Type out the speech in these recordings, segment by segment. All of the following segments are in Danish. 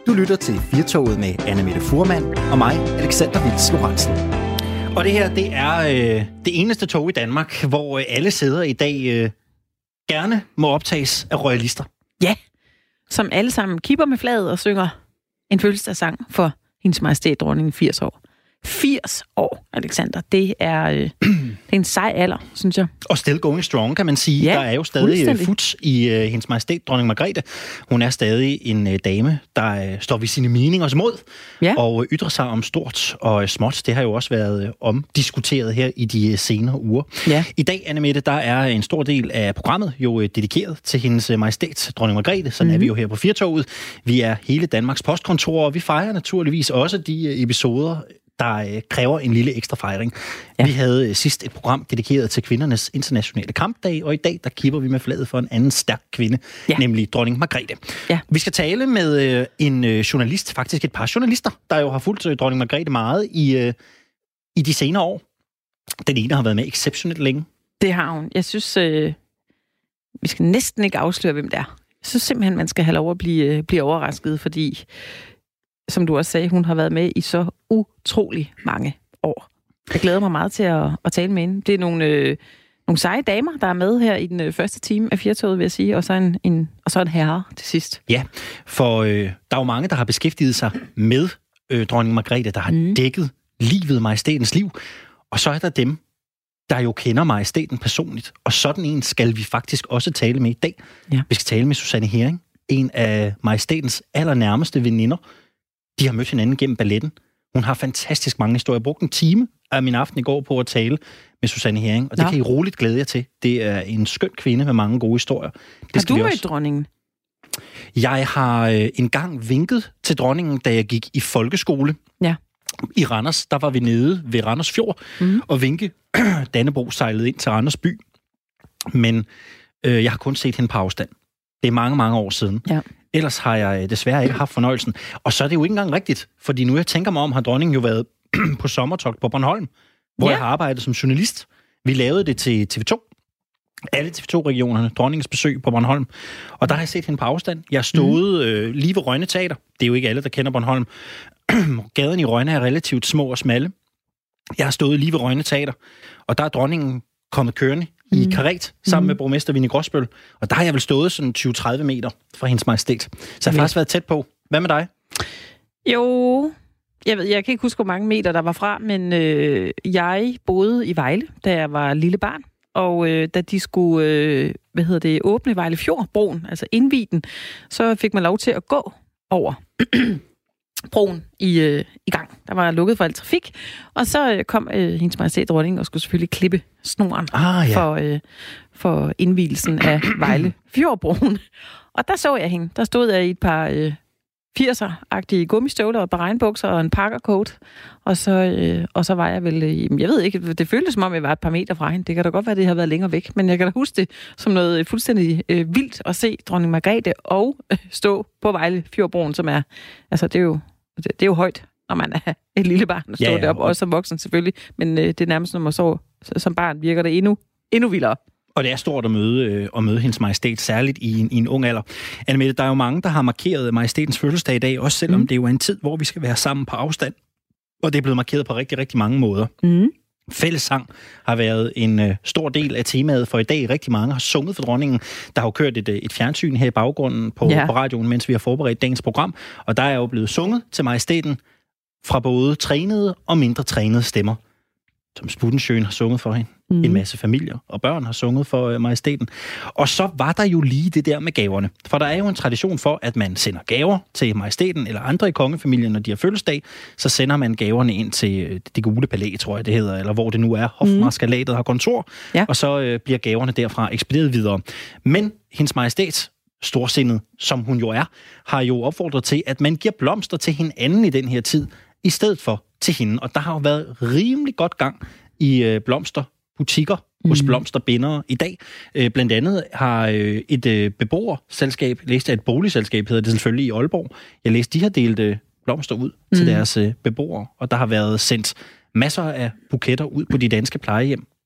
Du lytter til Firtoget med Anne-Mette Fuhrmann og mig, Alexander Vils Lorentzen. Og det her, det er det eneste tog i Danmark, hvor alle sæder i dag gerne må optages af royalister. Ja, som alle sammen kipper med flaget og synger en fødselsdagssang for hendes majestæt dronningen 80 år. 80 år, Alexander. Det er en sej alder, synes jeg. Og still going strong, kan man sige. Ja, der er jo stadig futs i hendes majestæt, dronning Margrethe. Hun er stadig en dame, der står ved sine meningers mod, og ytrer sig om stort og småt. Det har jo også været omdiskuteret her i de senere uger. Ja. I dag, Anne-Mette, der er en stor del af programmet jo dedikeret til hendes majestæt, dronning Margrethe. Sådan er vi jo her på Firtoget. Vi er hele Danmarks postkontor, og vi fejrer naturligvis også de episoder, der kræver en lille ekstra fejring. Ja. Vi havde sidst et program dedikeret til kvindernes internationale kampdag, og i dag, der kipper vi med flaget for en anden stærk kvinde, nemlig dronning Margrethe. Ja. Vi skal tale med en journalist, faktisk et par journalister, der jo har fulgt dronning Margrethe meget i de senere år. Den ene har været med exceptionelt længe. Det har hun. Jeg synes, vi skal næsten ikke afsløre, hvem det er. Jeg synes simpelthen, man skal have lov at blive overrasket, fordi som du også sagde, hun har været med i så utrolig mange år. Jeg glæder mig meget til at tale med hende. Det er nogle seje damer, der er med her i den første time af Firtoget, vil jeg sige, og så en herre til sidst. Ja, for der er jo mange, der har beskæftiget sig med dronning Margrethe, der har dækket livet, majestætens liv, og så er der dem, der jo kender majestæten personligt, og sådan en skal vi faktisk også tale med i dag. Ja. Vi skal tale med Susanne Hering, en af majestætens allernærmeste veninder. De har mødt hinanden gennem balletten. Hun har fantastisk mange historier. Jeg brugte en time af min aften i går på at tale med Susanne Hering, og det kan I roligt glæde jer til. Det er en skøn kvinde med mange gode historier. Har du mødt dronningen? Jeg har engang vinket til dronningen, da jeg gik i folkeskole. Ja. I Randers, der var vi nede ved Randers Fjord og vinke. Dannebrog sejlede ind til Randers by. Men jeg har kun set hende på afstand. Det er mange, mange år siden. Ja. Ellers har jeg desværre ikke haft fornøjelsen. Og så er det jo ikke engang rigtigt, fordi nu jeg tænker mig om, har dronningen jo været på sommertogt på Bornholm, hvor jeg har arbejdet som journalist. Vi lavede det til TV2. Alle TV2-regionerne, dronningens besøg på Bornholm. Og der har jeg set hende på afstand. Jeg stod lige ved Rønne Teater. Det er jo ikke alle, der kender Bornholm. Gaden i Rønne er relativt små og smalle. Jeg har stået lige ved Rønne Teater, og der er dronningen kommet kørende i karet sammen med borgmester Vinnie Gråsbøl. Og der har jeg vel stået sådan 20-30 meter fra hendes majestæt. Så jeg har faktisk været tæt på. Hvad med dig? Jo, jeg kan ikke huske, hvor mange meter der var fra, men jeg boede i Vejle, da jeg var lille barn. Og da de skulle åbne Vejle Fjord-broen, altså indvie den, så fik man lov til at gå over broen i gang. Der var lukket for al trafik, og så kom hendes majestæt dronningen og skulle selvfølgelig klippe snoren for indvielsen af Vejle Fjordbroen. Og der så jeg hende. Der stod jeg i et par 80'er-agtige gummistøvler og et par regnbukser og en parkercoat. Og så var jeg vel, jeg ved ikke, det føltes som om jeg var et par meter fra hende. Det kan da godt være, det har været længere væk, men jeg kan da huske det som noget fuldstændig vildt at se dronning Margrethe og stå på Vejle Fjordbroen, som er, altså det er jo højt, når man er et lille barn og står deroppe, også som voksen selvfølgelig, men det er nærmest, når man så som barn virker det endnu vildere. Og det er stort at møde hendes majestæt, særligt i en ung alder. Anne-Mette, der er jo mange, der har markeret majestætens fødselsdag i dag, også selvom det jo er en tid, hvor vi skal være sammen på afstand. Og det er blevet markeret på rigtig, rigtig mange måder. Fællessang har været en stor del af temaet for i dag. Rigtig mange har sunget for dronningen. Der har jo kørt et fjernsyn her i baggrunden på radioen, mens vi har forberedt dagens program. Og der er jo blevet sunget til majestæten fra både trænede og mindre trænede stemmer. Som Spudensjøen har sunget for hende. En masse familier og børn har sunget for majestæten. Og så var der jo lige det der med gaverne. For der er jo en tradition for, at man sender gaver til majestæten eller andre i kongefamilien, når de har fødselsdag. Så sender man gaverne ind til det gule palæ, tror jeg det hedder, eller hvor det nu er. Hofmarskalatet har kontor. Ja. Og så bliver gaverne derfra ekspederet videre. Men hendes majestæt, storsindet som hun jo er, har jo opfordret til, at man giver blomster til hinanden i den her tid, i stedet for til hende. Og der har jo været rimelig godt gang i blomsterbutikker hos blomsterbindere i dag. Blandt andet har et beboerselskab, læste et boligselskab, hedder det selvfølgelig i Aalborg. Jeg læste, de har delt blomster ud til deres beboere, og der har været sendt masser af buketter ud på de danske plejehjem.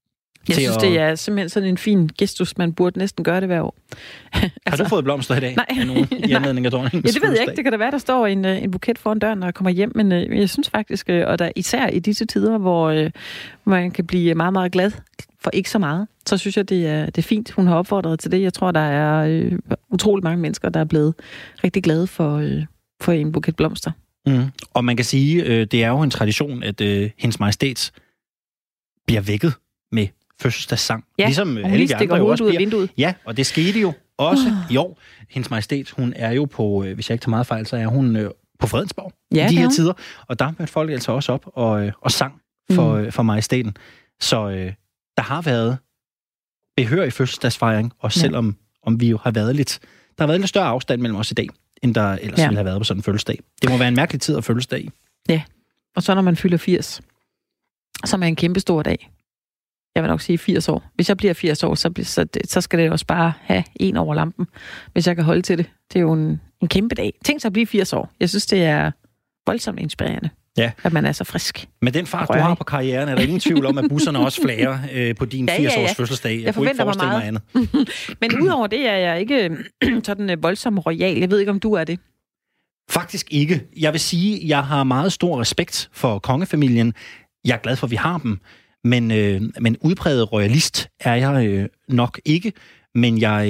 Jeg synes, det er simpelthen sådan en fin gestus. Man burde næsten gøre det hver år. Har du fået blomster i dag? Nej. I anledning af dronningens det ved jeg ikke. Det kan da være, der står en buket foran døren, når jeg kommer hjem. Men jeg synes faktisk, og der især i disse tider, hvor man kan blive meget, meget glad for ikke så meget, så synes jeg, det er fint. Hun har opfordret til det. Jeg tror, der er utrolig mange mennesker, der er blevet rigtig glade for en buket blomster. Mm. Og man kan sige, det er jo en tradition, at hendes majestæt bliver vækket med fødselsdagssang. Ja, ligesom og hun lige stikker hovedet ud af vinduet. Ja, og det skete jo også i år. Hendes majestæt, hun er jo på, hvis jeg ikke tager meget fejl, så er hun på Fredensborg i de her tider. Og der mødte folk altså også op og sang for majestæten. Så der har været behørig fødselsdagsfejring, også selvom vi jo har været lidt... Der har været lidt større afstand mellem os i dag, end der ellers ville have været på sådan en fødselsdag. Det må være en mærkelig tid at fødselsdag i. Ja, og så når man fylder 80, som er en kæmpe stor dag. Jeg vil nok sige 80 år. Hvis jeg bliver 80 år, så skal det også bare have en over lampen, hvis jeg kan holde til det. Det er jo en kæmpe dag. Tænk sig at blive 80 år. Jeg synes, det er voldsomt inspirerende, at man er så frisk. Med den fart, du har på karrieren, er der ingen tvivl om, at busserne også flager på din 80-års fødselsdag. Jeg forventer mig meget. Andet. Men udover det er jeg ikke sådan voldsomt royal. Jeg ved ikke, om du er det. Faktisk ikke. Jeg vil sige, at jeg har meget stor respekt for kongefamilien. Jeg er glad for, at vi har dem. Men udpræget royalist er jeg nok ikke. Men jeg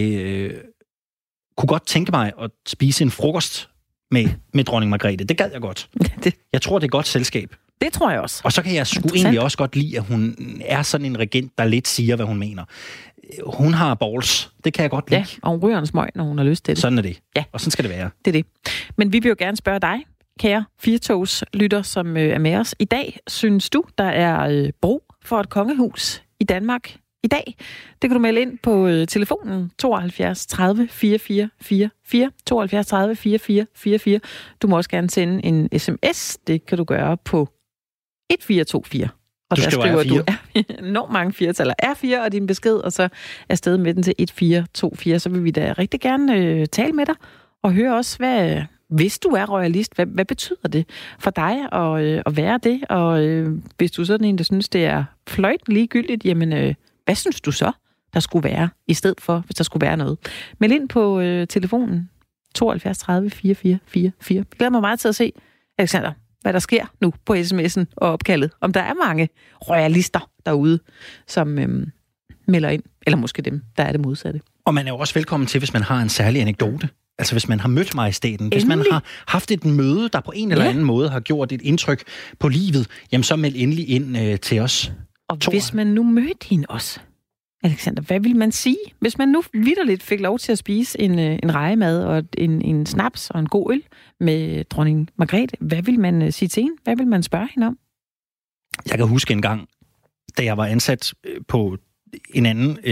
kunne godt tænke mig at spise en frokost med dronning Margrethe. Det gad jeg godt. Jeg tror, det er godt selskab. Det tror jeg også. Og så kan jeg sgu egentlig også godt lide, at hun er sådan en regent, der lidt siger, hvad hun mener. Hun har balls. Det kan jeg godt lide. Ja, og hun ryger en smøg, når hun har lyst til det. Sådan er det. Ja. Og sådan skal det være. Det er det. Men vi vil jo gerne spørge dig, kære Firtogs-lytter, som er med os i dag. Synes du, der er brug for et kongehus i Danmark i dag? Det kan du melde ind på telefonen 72 30 44 44, 72 30 44 44. Du må også gerne sende en sms. Det kan du gøre på 1424. Og du skriver du enormt mange firetaller. R4 og din besked, og så afsted med den til 1424. Så vil vi da rigtig gerne tale med dig og høre også, hvis du er royalist, hvad betyder det for dig at være det? Og hvis du er sådan en, der synes, det er fløjten ligegyldigt, jamen, hvad synes du så, der skulle være, i stedet for, hvis der skulle være noget? Meld ind på telefonen 72 30 44 44. Jeg glæder mig meget til at se, Alexander, hvad der sker nu på sms'en og opkaldet. Om der er mange royalister derude, som melder ind. Eller måske dem, der er det modsatte. Og man er jo også velkommen til, hvis man har en særlig anekdote. Altså hvis man har mødt majestæten, hvis man har haft et møde, der på en eller anden måde har gjort et indtryk på livet, jamen så meld endelig ind til os. Og hvis man nu mødte hende også, Alexander, hvad vil man sige? Hvis man nu vitterligt fik lov til at spise en rejemad og en snaps og en god øl med dronning Margrethe, hvad vil man sige til hende? Hvad vil man spørge hende om? Jeg kan huske en gang, da jeg var ansat på en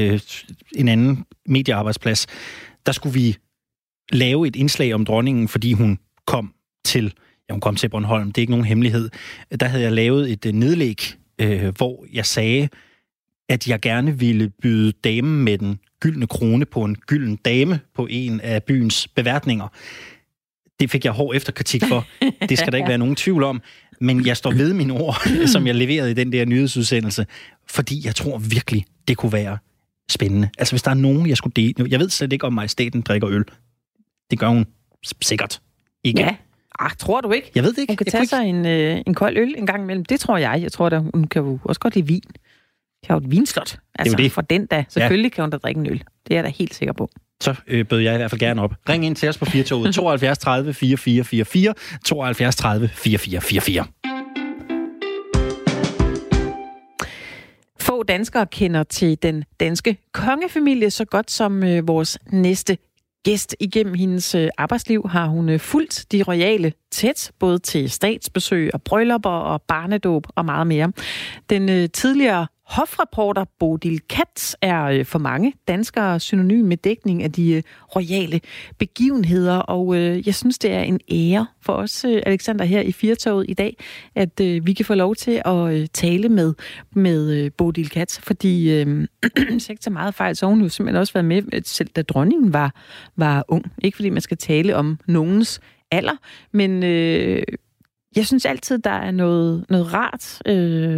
anden mediearbejdsplads, der skulle vi lave et indslag om dronningen, fordi hun kom til Bornholm. Det er ikke nogen hemmelighed. Der havde jeg lavet et nedlæg, hvor jeg sagde, at jeg gerne ville byde damen med den gyldne krone på en gylden dame på en af byens beværtninger. Det fik jeg hård efterkritik for. Det skal der ikke være nogen tvivl om. Men jeg står ved mine ord, som jeg leverede i den der nyhedsudsendelse, fordi jeg tror virkelig, det kunne være spændende. Altså hvis der er nogen, jeg skulle dele... Jeg ved slet ikke, om majestæten drikker øl. Det gør hun sikkert ikke. Ja. Tror du ikke? Jeg ved det ikke. Hun kan tage sig en kold øl en gang imellem. Det tror jeg. Jeg tror, at hun kan jo også godt lide vin. De har jo et vinslot. Altså det. For den da. Selvfølgelig kan hun da drikke en øl. Det er jeg da helt sikker på. Så bød jeg i hvert fald gerne op. Ring ind til os på 4-toget 72 30 44 44, 72 30 44 44. Få danskere kender til den danske kongefamilie så godt som vores næste gæst. Igennem hendes arbejdsliv har hun fulgt de royale tæt, både til statsbesøg og bryllupper og barnedåb og meget mere. Den tidligere hofreporter Bodil Katz er for mange danskere synonym med dækning af de royale begivenheder, og jeg synes, det er en ære for os, Alexander, her i Firtoget i dag, at vi kan få lov til at tale med Bodil Katz, fordi hvis jeg ikke tager meget fejl, så har hun jo simpelthen også været med, selv da dronningen var ung. Ikke fordi man skal tale om nogens alder, men jeg synes altid, der er noget rart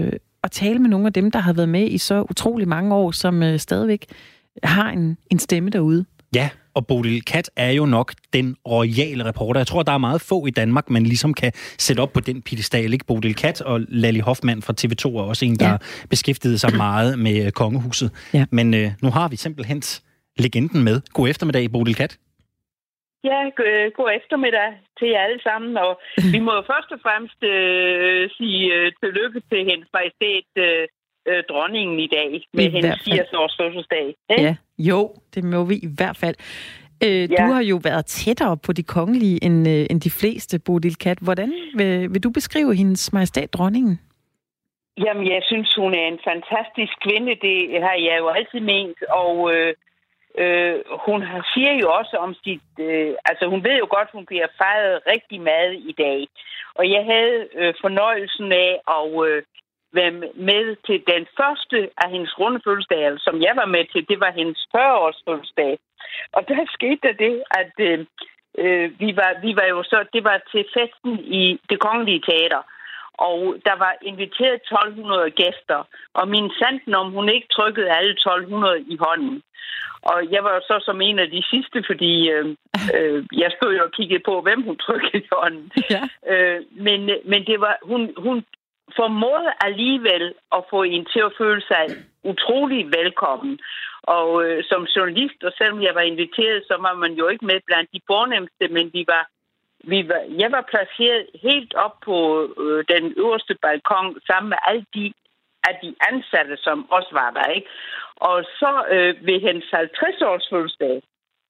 at tale med nogle af dem, der har været med i så utrolig mange år, som stadigvæk har en stemme derude. Ja, og Bodil Kat er jo nok den royale reporter. Jeg tror, der er meget få i Danmark, man ligesom kan sætte op på den piedestal. Ikke? Bodil Kat og Lalli Hoffmann fra TV2 er også en, der beskæftigede sig meget med kongehuset. Ja. Men nu har vi simpelthen legenden med. God eftermiddag, Bodil Kat. Ja, god eftermiddag til jer alle sammen. Og vi må jo først og fremmest sige tillykke til hendes majestæt dronningen i dag med hendes 80-års fødselsdag. Ja, jo, det må vi i hvert fald. Du har jo været tættere på de kongelige end de fleste, Bodil Kat. Hvordan vil du beskrive hendes majestæt dronningen? Jamen, jeg synes, hun er en fantastisk kvinde. Det har jeg jo altid ment, og hun siger jo også om sit... altså, hun ved jo godt, hun bliver fejret rigtig meget i dag. Og jeg havde fornøjelsen af at være med til den første af hendes runde fødselsdage, som jeg var med til. Det var hendes 40-års fødselsdag. Og der skete der det, at vi var jo så... Det var til festen i Det Kongelige Teater. Og der var inviteret 1200 gæster. Og min sanden om, hun ikke trykkede alle 1200 i hånden. Og jeg var jo så som en af de sidste, fordi jeg stod jo og kiggede på, hvem hun trykkede i hånden. Ja. Men det var, hun formåede alligevel at få en til at føle sig utrolig velkommen. Og som journalist, og selvom jeg var inviteret, så var man jo ikke med blandt de fornemmeste, men jeg var placeret helt op på den øverste balkon sammen med alle de ansatte, som også var der, ikke? Og så ved hendes 50-års fødselsdag,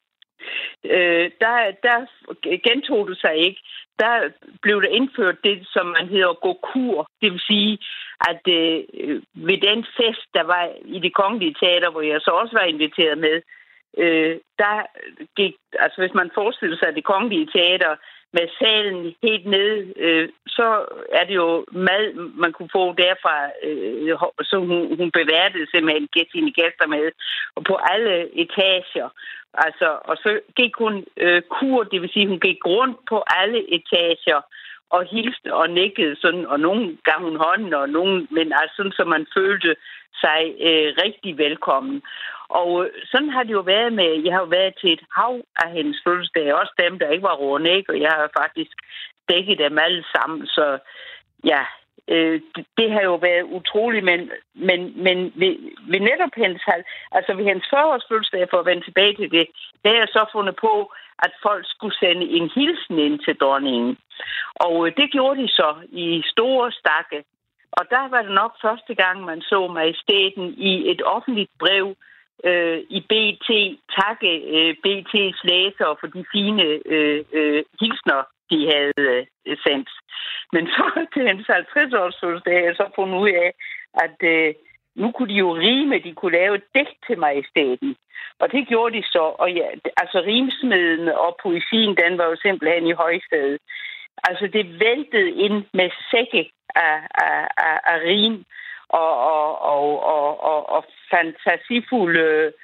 der gentog det sig ikke. Der blev der indført det, som man hedder gå kur. Det vil sige, at ved den fest, der var i Det Kongelige Teater, hvor jeg så også var inviteret med, der gik, altså hvis man forestiller sig Det Kongelige Teater med salen helt nede, så er det jo mad, man kunne få derfra, så hun beværtede simpelthen sine gæster med, og på alle etager. Altså, og så gik hun kur, det vil sige, hun gik rundt på alle etager og hilste og nikkede sådan, og nogle gav hun hånden, og nogen, men altså sådan, så man følte sig rigtig velkommen. Og sådan har det jo været med, jeg har jo været til et hav af hendes fødselsdage, også dem, der ikke var rådnæk, og jeg har faktisk dækket dem alle sammen, så ja, det har jo været utroligt, men ved netop hendes, altså ved hendes 40-års fødselsdag, for at vende tilbage til det, der har jeg så fundet på, at folk skulle sende en hilsen ind til dronningen. Og det gjorde de så i store stakke. Og der var det nok første gang, man så majestæten i et offentligt brev i BT, takke BT's læsere for de fine hilsner, de havde sendt. Men så til hendes 50-års fødselsdag, jeg så fundet ud af, at nu kunne de jo rime, de kunne lave et digt til majestæten. Og det gjorde de så. Og ja, altså rimsmeden og poesien, den var jo simpelthen i højstedet. Altså det væltede ind med sække af rim og fantasifulde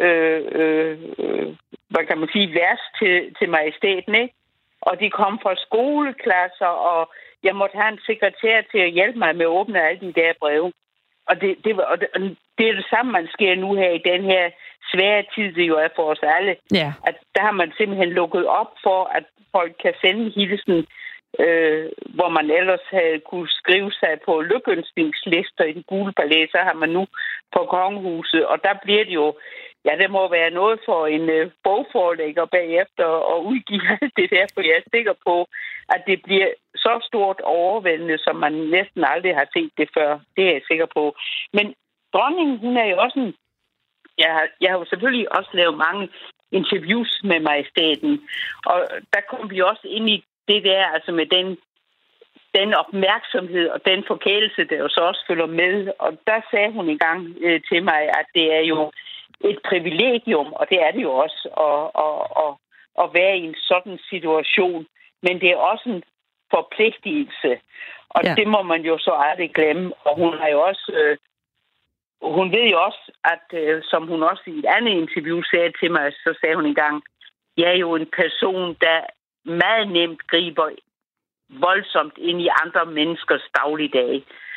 hvad kan man sige, vers til majestæten, ikke? Og de kom fra skoleklasser, og jeg måtte have en sekretær til at hjælpe mig med at åbne alle de der breve. Og det er det samme, man sker nu her i den her svære tid, det jo er for os alle. Yeah. At der har man simpelthen lukket op for, at folk kan sende hilsen, hvor man ellers havde kunne skrive sig på lykønskningslister i Den Gule Palæ, så har man nu på kongehuset. Og der bliver det jo, ja, det må være noget for en bogforlægger bagefter at udgive alt det der, for jeg er sikker på, at det bliver så stort overvældende, som man næsten aldrig har set det før. Det er jeg sikker på. Men dronningen, hun er jo også en... Jeg har jo selvfølgelig også lavet mange interviews med majestæten, og der kom vi også ind i det der, altså med den opmærksomhed og den forkælelse, der jo så også følger med. Og der sagde hun engang til mig, at det er jo et privilegium, og det er det jo også, at være i en sådan situation. Men det er også en forpligtelse, og det må man jo så aldrig glemme. Og hun har jo også... hun ved jo også, at som hun også i et andet interview sagde til mig, så sagde hun engang, jeg er jo en person, der meget nemt griber voldsomt ind i andre menneskers dagligdage.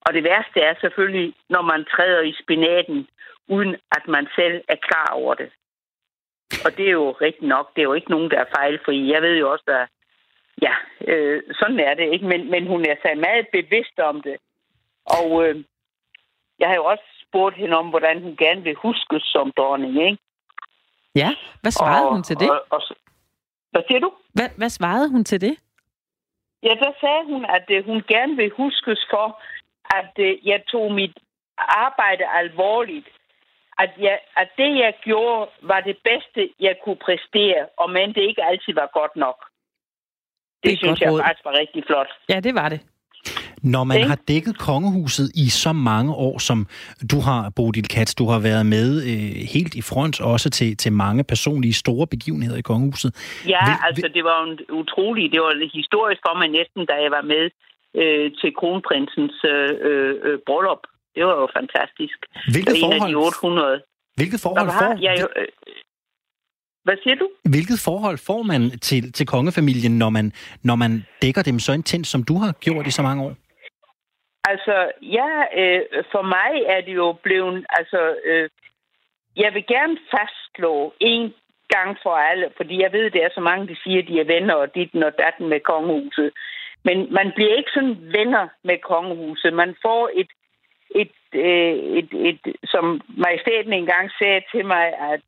Og det værste er selvfølgelig, når man træder i spinaten, uden at man selv er klar over det. Og det er jo rigtigt nok. Det er jo ikke nogen, der er fejlfri. Jeg ved jo også, at sådan er det ikke. Men hun er så meget bevidst om det. Og jeg har jo også spurgt hende om, hvordan hun gerne vil huskes som dronning, ikke? Ja, hvad svarede hun til det? Hvad siger du? Hvad svarede hun til det? Ja, der sagde hun, at hun gerne vil huskes for, at jeg tog mit arbejde alvorligt. At det, jeg gjorde, var det bedste, jeg kunne præstere, og men det ikke altid var godt nok. Det synes jeg faktisk var rigtig flot. Ja, det var det. Når man har dækket kongehuset i så mange år, som du har, Bodil Katz, du har været med helt i front, også til mange personlige store begivenheder i kongehuset. Ja, det var jo utroligt. Det var historisk for mig næsten, da jeg var med til kronprinsens bryllup. Det var jo fantastisk. Hvilket forhold? En af de 800. Hvilket forhold får... Hvad siger du? Hvilket forhold får man til kongefamilien, når man dækker dem så intens, som du har gjort i så mange år? Altså, for mig er det jo blevet... jeg vil gerne fastslå en gang for alle, fordi jeg ved, det er så mange, der siger, at de er venner og ditten og datten med kongehuset. Men man bliver ikke sådan venner med kongehuset. Man får et som majestæten engang sagde til mig, at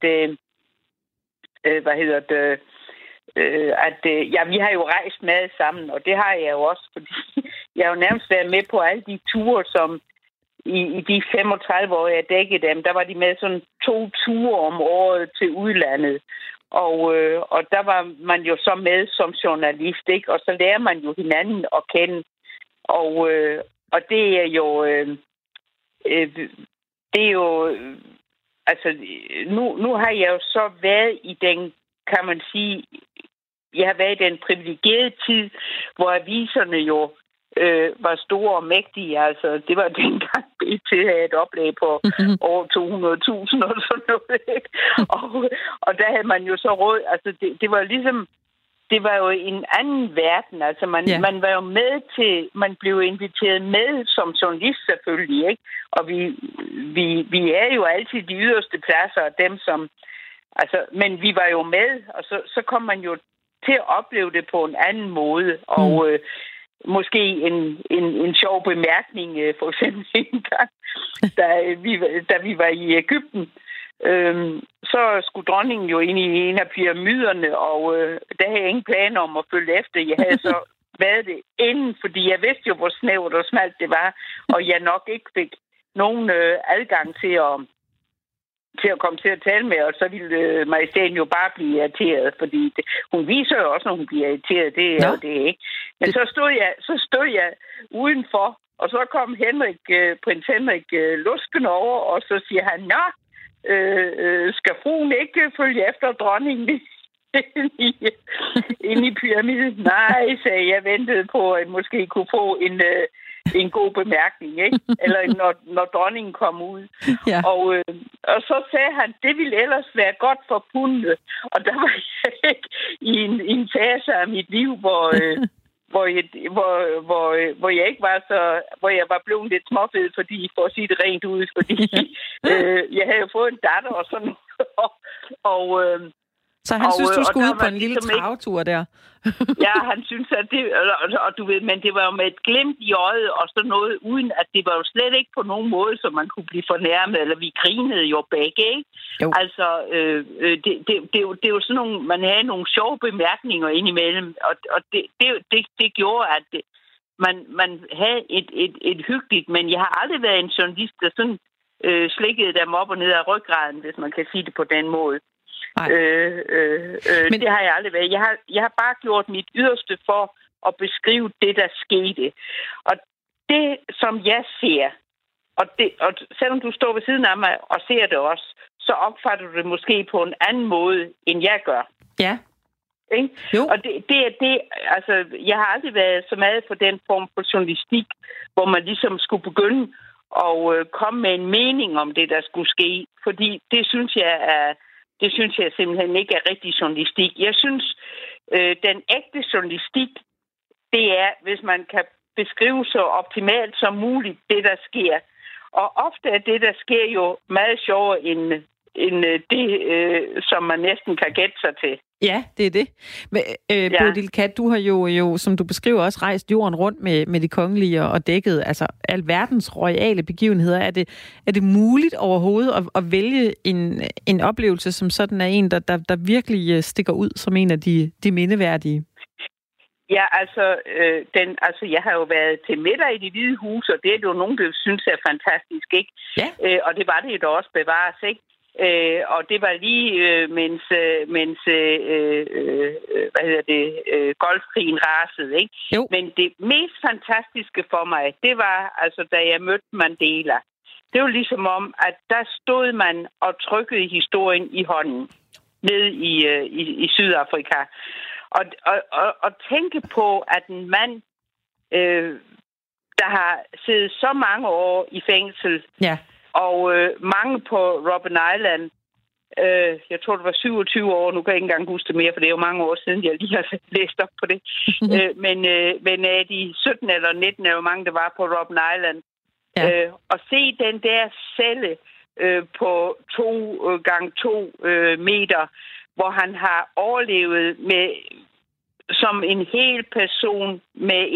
vi har jo rejst med sammen, og det har jeg jo også, fordi jeg har jo nærmest været med på alle de ture, som i de 35 år, jeg dækkede dem, der var de med sådan 2 ture om året til udlandet. Og der var man jo så med som journalist, ikke? Og så lærer man jo hinanden at kende. Og det er jo... nu har jeg jo så været i den, kan man sige, jeg har været i den privilegerede tid, hvor aviserne jo var store og mægtige. Altså, det var dengang BT havde et oplag på over 200.000 og sådan noget, ikke? Og der havde man jo så råd. Altså, det var ligesom... Det var jo en anden verden. Altså, man var jo med til... Man blev inviteret med som journalist selvfølgelig, ikke? Og vi er jo altid de yderste pladser af dem, som... Altså, men vi var jo med, og så kom man jo til at opleve det på en anden måde. Og måske en sjov bemærkning, for eksempel en gang, da vi var i Egypten, så skulle dronningen jo ind i en af pyramiderne, og der havde jeg ingen planer om at følge efter. Jeg havde så været det inden, fordi jeg vidste jo, hvor snævert og smalt det var, og jeg nok ikke fik nogen adgang til at komme til at tale med, og så ville majestæten jo bare blive irriteret, fordi hun viser jo også, når hun bliver irriteret, det er jo det, ikke? Men så stod jeg udenfor, og så kom prins Henrik lusken over, og så siger han, skal fruen ikke følge efter dronningen ind i pyramiden? Nej, sagde jeg, ventede på, at måske kunne få en god bemærkning, ikke? Eller når dronningen kom ud. Ja. Og så sagde han, det ville ellers være godt for pundet. Og der var jeg ikke i en fase af mit liv, hvor jeg ikke var så... Hvor jeg var blevet lidt småfed, fordi, for at sige det rent ud, fordi jeg havde jo fået en datter og sådan så han synes, du skulle ud på en lille travtur der? Ja, han synes, at det... Og du ved, men det var jo med et glimt i øjet og sådan noget, uden at det var jo slet ikke på nogen måde, så man kunne blive fornærmet, eller vi grinede jo begge, ikke? Jo. Altså, det er jo sådan nogle... Man havde nogle sjove bemærkninger indimellem, og det gjorde, at man havde et hyggeligt... Men jeg har aldrig været en journalist, der sådan slikkede dem op og ned af ryggraden, hvis man kan sige det på den måde. Men det har jeg aldrig været. Jeg har bare gjort mit yderste for at beskrive det, der skete. Og det, som jeg ser, og selvom du står ved siden af mig og ser det også, så opfatter du det måske på en anden måde, end jeg gør. Ja. Og altså, jeg har aldrig været så meget for den form for journalistik, hvor man ligesom skulle begynde at komme med en mening om det, der skulle ske. Fordi det synes jeg simpelthen ikke er rigtig journalistik. Jeg synes, den ægte journalistik, det er, hvis man kan beskrive så optimalt som muligt det, der sker. Og ofte er det, der sker jo meget sjovere end det, som man næsten kan gætte sig til. Ja, det er det. Bodil Kat, du har jo, som du beskriver, også rejst jorden rundt med de kongelige og dækket altså alverdens royale begivenheder. Er det muligt overhovedet at vælge en oplevelse, som sådan er en, der virkelig stikker ud som en af de mindeværdige? Ja, altså jeg har jo været til middag i Det Hvide Hus, og det er jo nogen, der synes er fantastisk, ikke? Ja. Og det var det jo da også bevares, ikke? Og det var lige mens golfkrigen rasede, ikke? Jo. Men det mest fantastiske for mig, det var altså, da jeg mødte Mandela. Det var ligesom om, at der stod man og trykkede historien i hånden ned i Sydafrika. Og tænke på, at en mand, der har siddet så mange år i fængsel, ja. Og mange på Robben Island, jeg tror, det var 27 år, nu kan jeg ikke engang huske det mere, for det er jo mange år siden, jeg lige har læst op på det. Men af de 17 eller 19, eller hvor mange der var på Robben Island, ja. Og se den der celle på 2x2 meter, hvor han har overlevet som en hel person med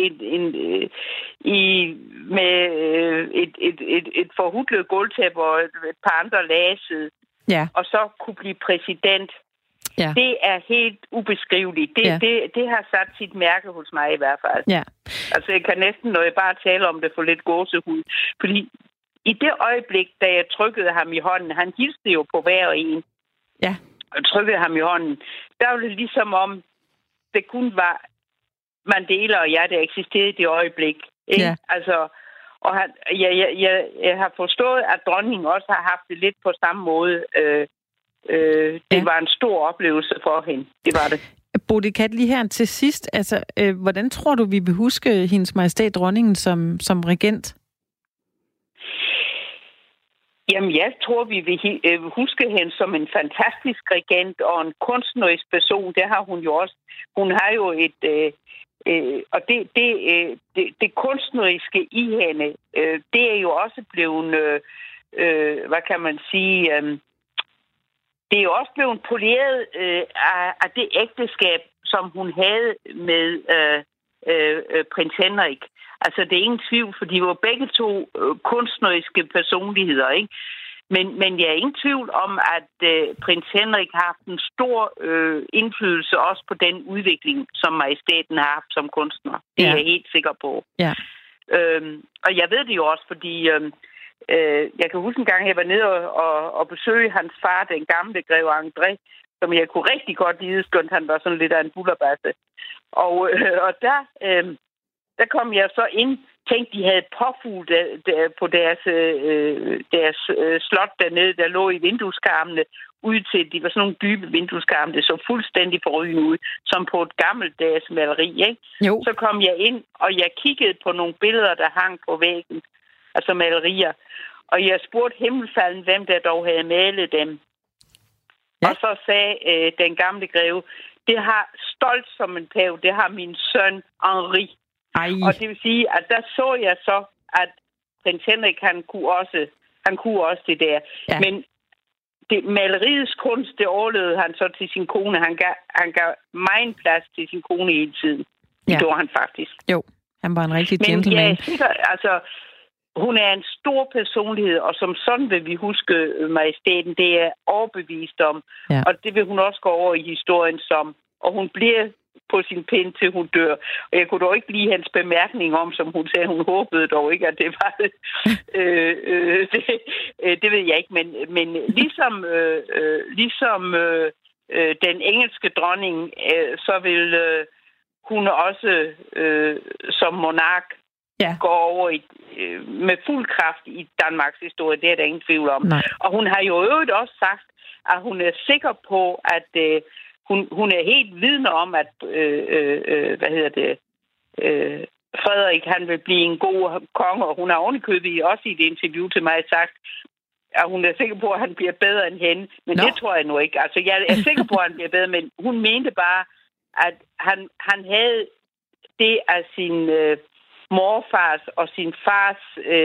et forhudlet gulvtæppe og et par andre lasede, ja. Og så kunne blive præsident. Ja. Det er helt ubeskriveligt. Det har sat sit mærke hos mig i hvert fald. Ja. Altså jeg kan næsten, når jeg bare taler om det, få lidt gåsehud. Fordi i det øjeblik, da jeg trykkede ham i hånden, han hilste jo på hver og en. Ja. Og trykkede ham i hånden. Der var det ligesom om, det kun var Mandela og jeg, der eksisterede i det øjeblik. Ikke? Ja. Altså, og jeg har forstået, at dronningen også har haft det lidt på samme måde. Det var en stor oplevelse for hende. Det var det. Bodil Kat, lige her til sidst. Altså, hvordan tror du, vi vil huske hendes majestæt dronningen som regent? Jamen, jeg tror, vi vil huske hende som en fantastisk regent og en kunstnerisk person. Det har hun jo også. Hun har jo og det kunstneriske i hende, det er jo også blevet, hvad kan man sige, det er jo også blevet poleret af det ægteskab, som hun havde med prins Henrik. Altså, det er ingen tvivl, for de var begge to kunstneriske personligheder, ikke? Men jeg er ingen tvivl om, at prins Henrik har haft en stor indflydelse også på den udvikling, som majestæten har haft som kunstner. Det er jeg helt sikker på. Ja. Og jeg ved det jo også, fordi jeg kan huske en gang, jeg var nede og besøge hans far, den gamle greve André, som jeg kunne rigtig godt lide, skønt han var sådan lidt af en bullerbasse. Og der kom jeg så ind, tænkte, de havde påfugl på deres slot dernede, der lå i vindueskarmene, ud til, de var sådan nogle dybe vindueskarme, det så fuldstændig forrygende ud, som på et gammeldags maleri, ikke? Jo. Så kom jeg ind, og jeg kiggede på nogle billeder, der hang på væggen, altså malerier, og jeg spurgte himmelfalden, hvem der dog havde malet dem. Ja. Og så sagde den gamle greve, det har stolt som en pav, det har min søn Henri. Ej. Og det vil sige, at der så jeg så, at prins Henrik, han kunne også det der. Ja. Men maleriets kunst, det overlevede han så til sin kone. Han gav meget plads til sin kone hele tiden. Det gjorde han faktisk. Jo, han var en rigtig gentleman. Men jeg er sikker, altså, hun er en stor personlighed, og som sådan vil vi huske majestæten. Det er overbevist om. Ja. Og det vil hun også gå over i historien som. Og hun bliver på sin pind, til hun dør. Og jeg kunne dog ikke lide hans bemærkning om, som hun sagde, hun håbede dog ikke, at det var det. Det ved jeg ikke, men ligesom den engelske dronning, så vil hun også som monark gå over med fuld kraft i Danmarks historie. Det er der ingen tvivl om. Nej. Og hun har jo øvrigt også sagt, at hun er sikker på, at hun er helt vidne om, at Frederik, han vil blive en god konge, og hun har ovenikøbet også i et interview til mig sagt, at hun er sikker på, at han bliver bedre end hende. Men det tror jeg nu ikke. Altså, jeg er sikker på, at han bliver bedre, men hun mente bare, at han havde det af sin morfars og sin fars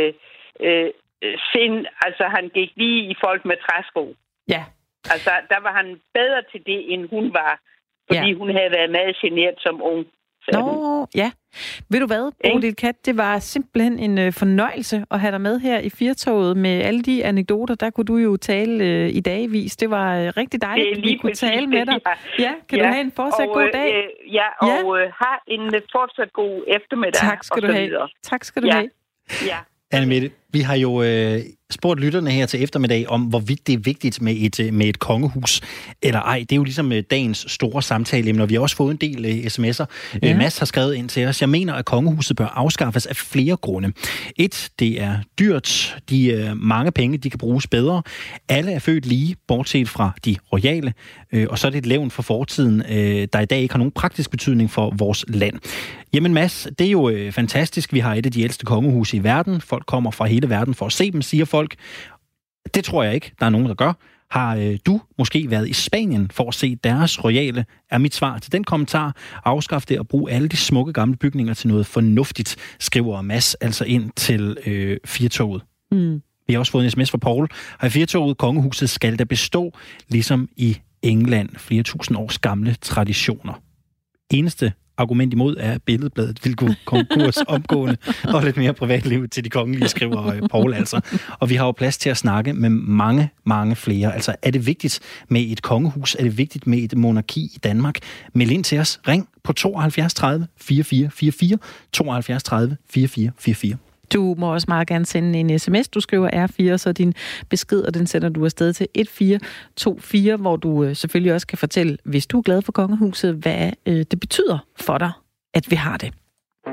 sind. Altså, han gik lige i folk med træsko. Ja. Altså, der var han bedre til det, end hun var. Fordi hun havde været meget genert som ung. Ja. Ved du hvad, Bodil Kat, det var simpelthen en fornøjelse at have dig med her i Firtoget med alle de anekdoter. Der kunne du jo tale i dagvis. Det var rigtig dejligt, at vi kunne tale med dig. Ja, kan du have en fortsat god dag? Have en fortsat god eftermiddag. Tak skal du have. Tak skal du have. Ja. Anne-Mette, vi har jo spurgt lytterne her til eftermiddag om, hvorvidt det er vigtigt med et kongehus eller ej. Det er jo ligesom dagens store samtaleemne, og vi har også fået en del sms'er. Ja. Mads har skrevet ind til os: jeg mener, at kongehuset bør afskaffes af flere grunde. det er dyrt. De mange penge, de kan bruges bedre. Alle er født lige, bortset fra de royale. Og så er det et levn for fortiden, der i dag ikke har nogen praktisk betydning for vores land. Jamen Mads, det er jo fantastisk. Vi har et af de ældste kongehuse i verden. Folk kommer fra hele verden for at se dem, siger folk. Det tror jeg ikke, der er nogen, der gør. Har du måske været i Spanien for at se deres royale? Er mit svar til den kommentar: afskaf det og brug alle de smukke gamle bygninger til noget fornuftigt, skriver Mads altså ind til Firtoget. Vi har også fået en sms fra Paul. Har Firtoget: kongehuset skal da bestå, ligesom i England. Flere tusind års gamle traditioner. Eneste argument imod er, at Billedbladet vil gå konkurs omgående og lidt mere privatliv til de kongelige, skriver Paul altså. Og vi har jo plads til at snakke med mange, mange flere. Altså, er det vigtigt med et kongehus? Er det vigtigt med et monarki i Danmark? Meld ind til os. Ring på 72 30 4444. 72 30 4444. Du må også meget gerne sende en sms. Du skriver R4, så din besked, og den sender du afsted til 1424, hvor du selvfølgelig også kan fortælle, hvis du er glad for kongehuset, hvad det betyder for dig, at vi har det.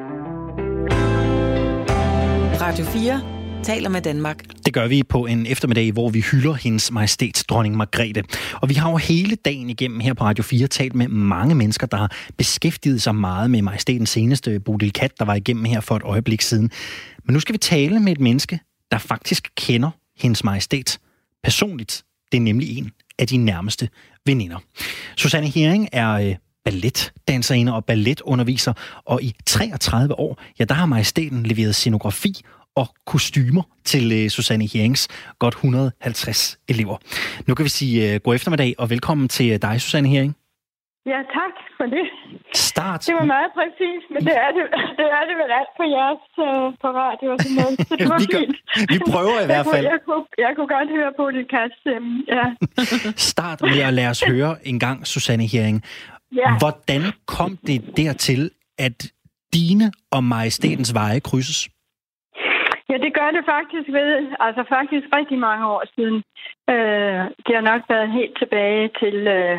Radio 4 taler med Danmark. Det gør vi på en eftermiddag, hvor vi hylder hendes majestæt, dronning Margrethe. Og vi har jo hele dagen igennem her på Radio 4 talt med mange mennesker, der har beskæftiget sig meget med majestætens seneste, Bodil Kat, der var igennem her for et øjeblik siden. Men nu skal vi tale med et menneske, der faktisk kender hendes majestæt personligt. Det er nemlig en af de nærmeste veninder. Susanne Hering er balletdanserinde og balletunderviser, og i 33 år, der har majestæten leveret scenografi og kostymer til Susanne Herings godt 150 elever. Nu kan vi sige god eftermiddag og velkommen til dig, Susanne Hering. Ja, tak for det. Start. Det var meget præcist, men det er det vel alt på jeres på radio og sådan noget. Så det var fint. Vi prøver i hvert fald. Jeg kunne godt høre på dit kast. Ja. Start med at lade os høre en gang, Susanne Hering. Ja. Hvordan kom det dertil, at dine og majestætens veje krydses? Ja, det gør det faktisk faktisk rigtig mange år siden. Det har nok været helt tilbage til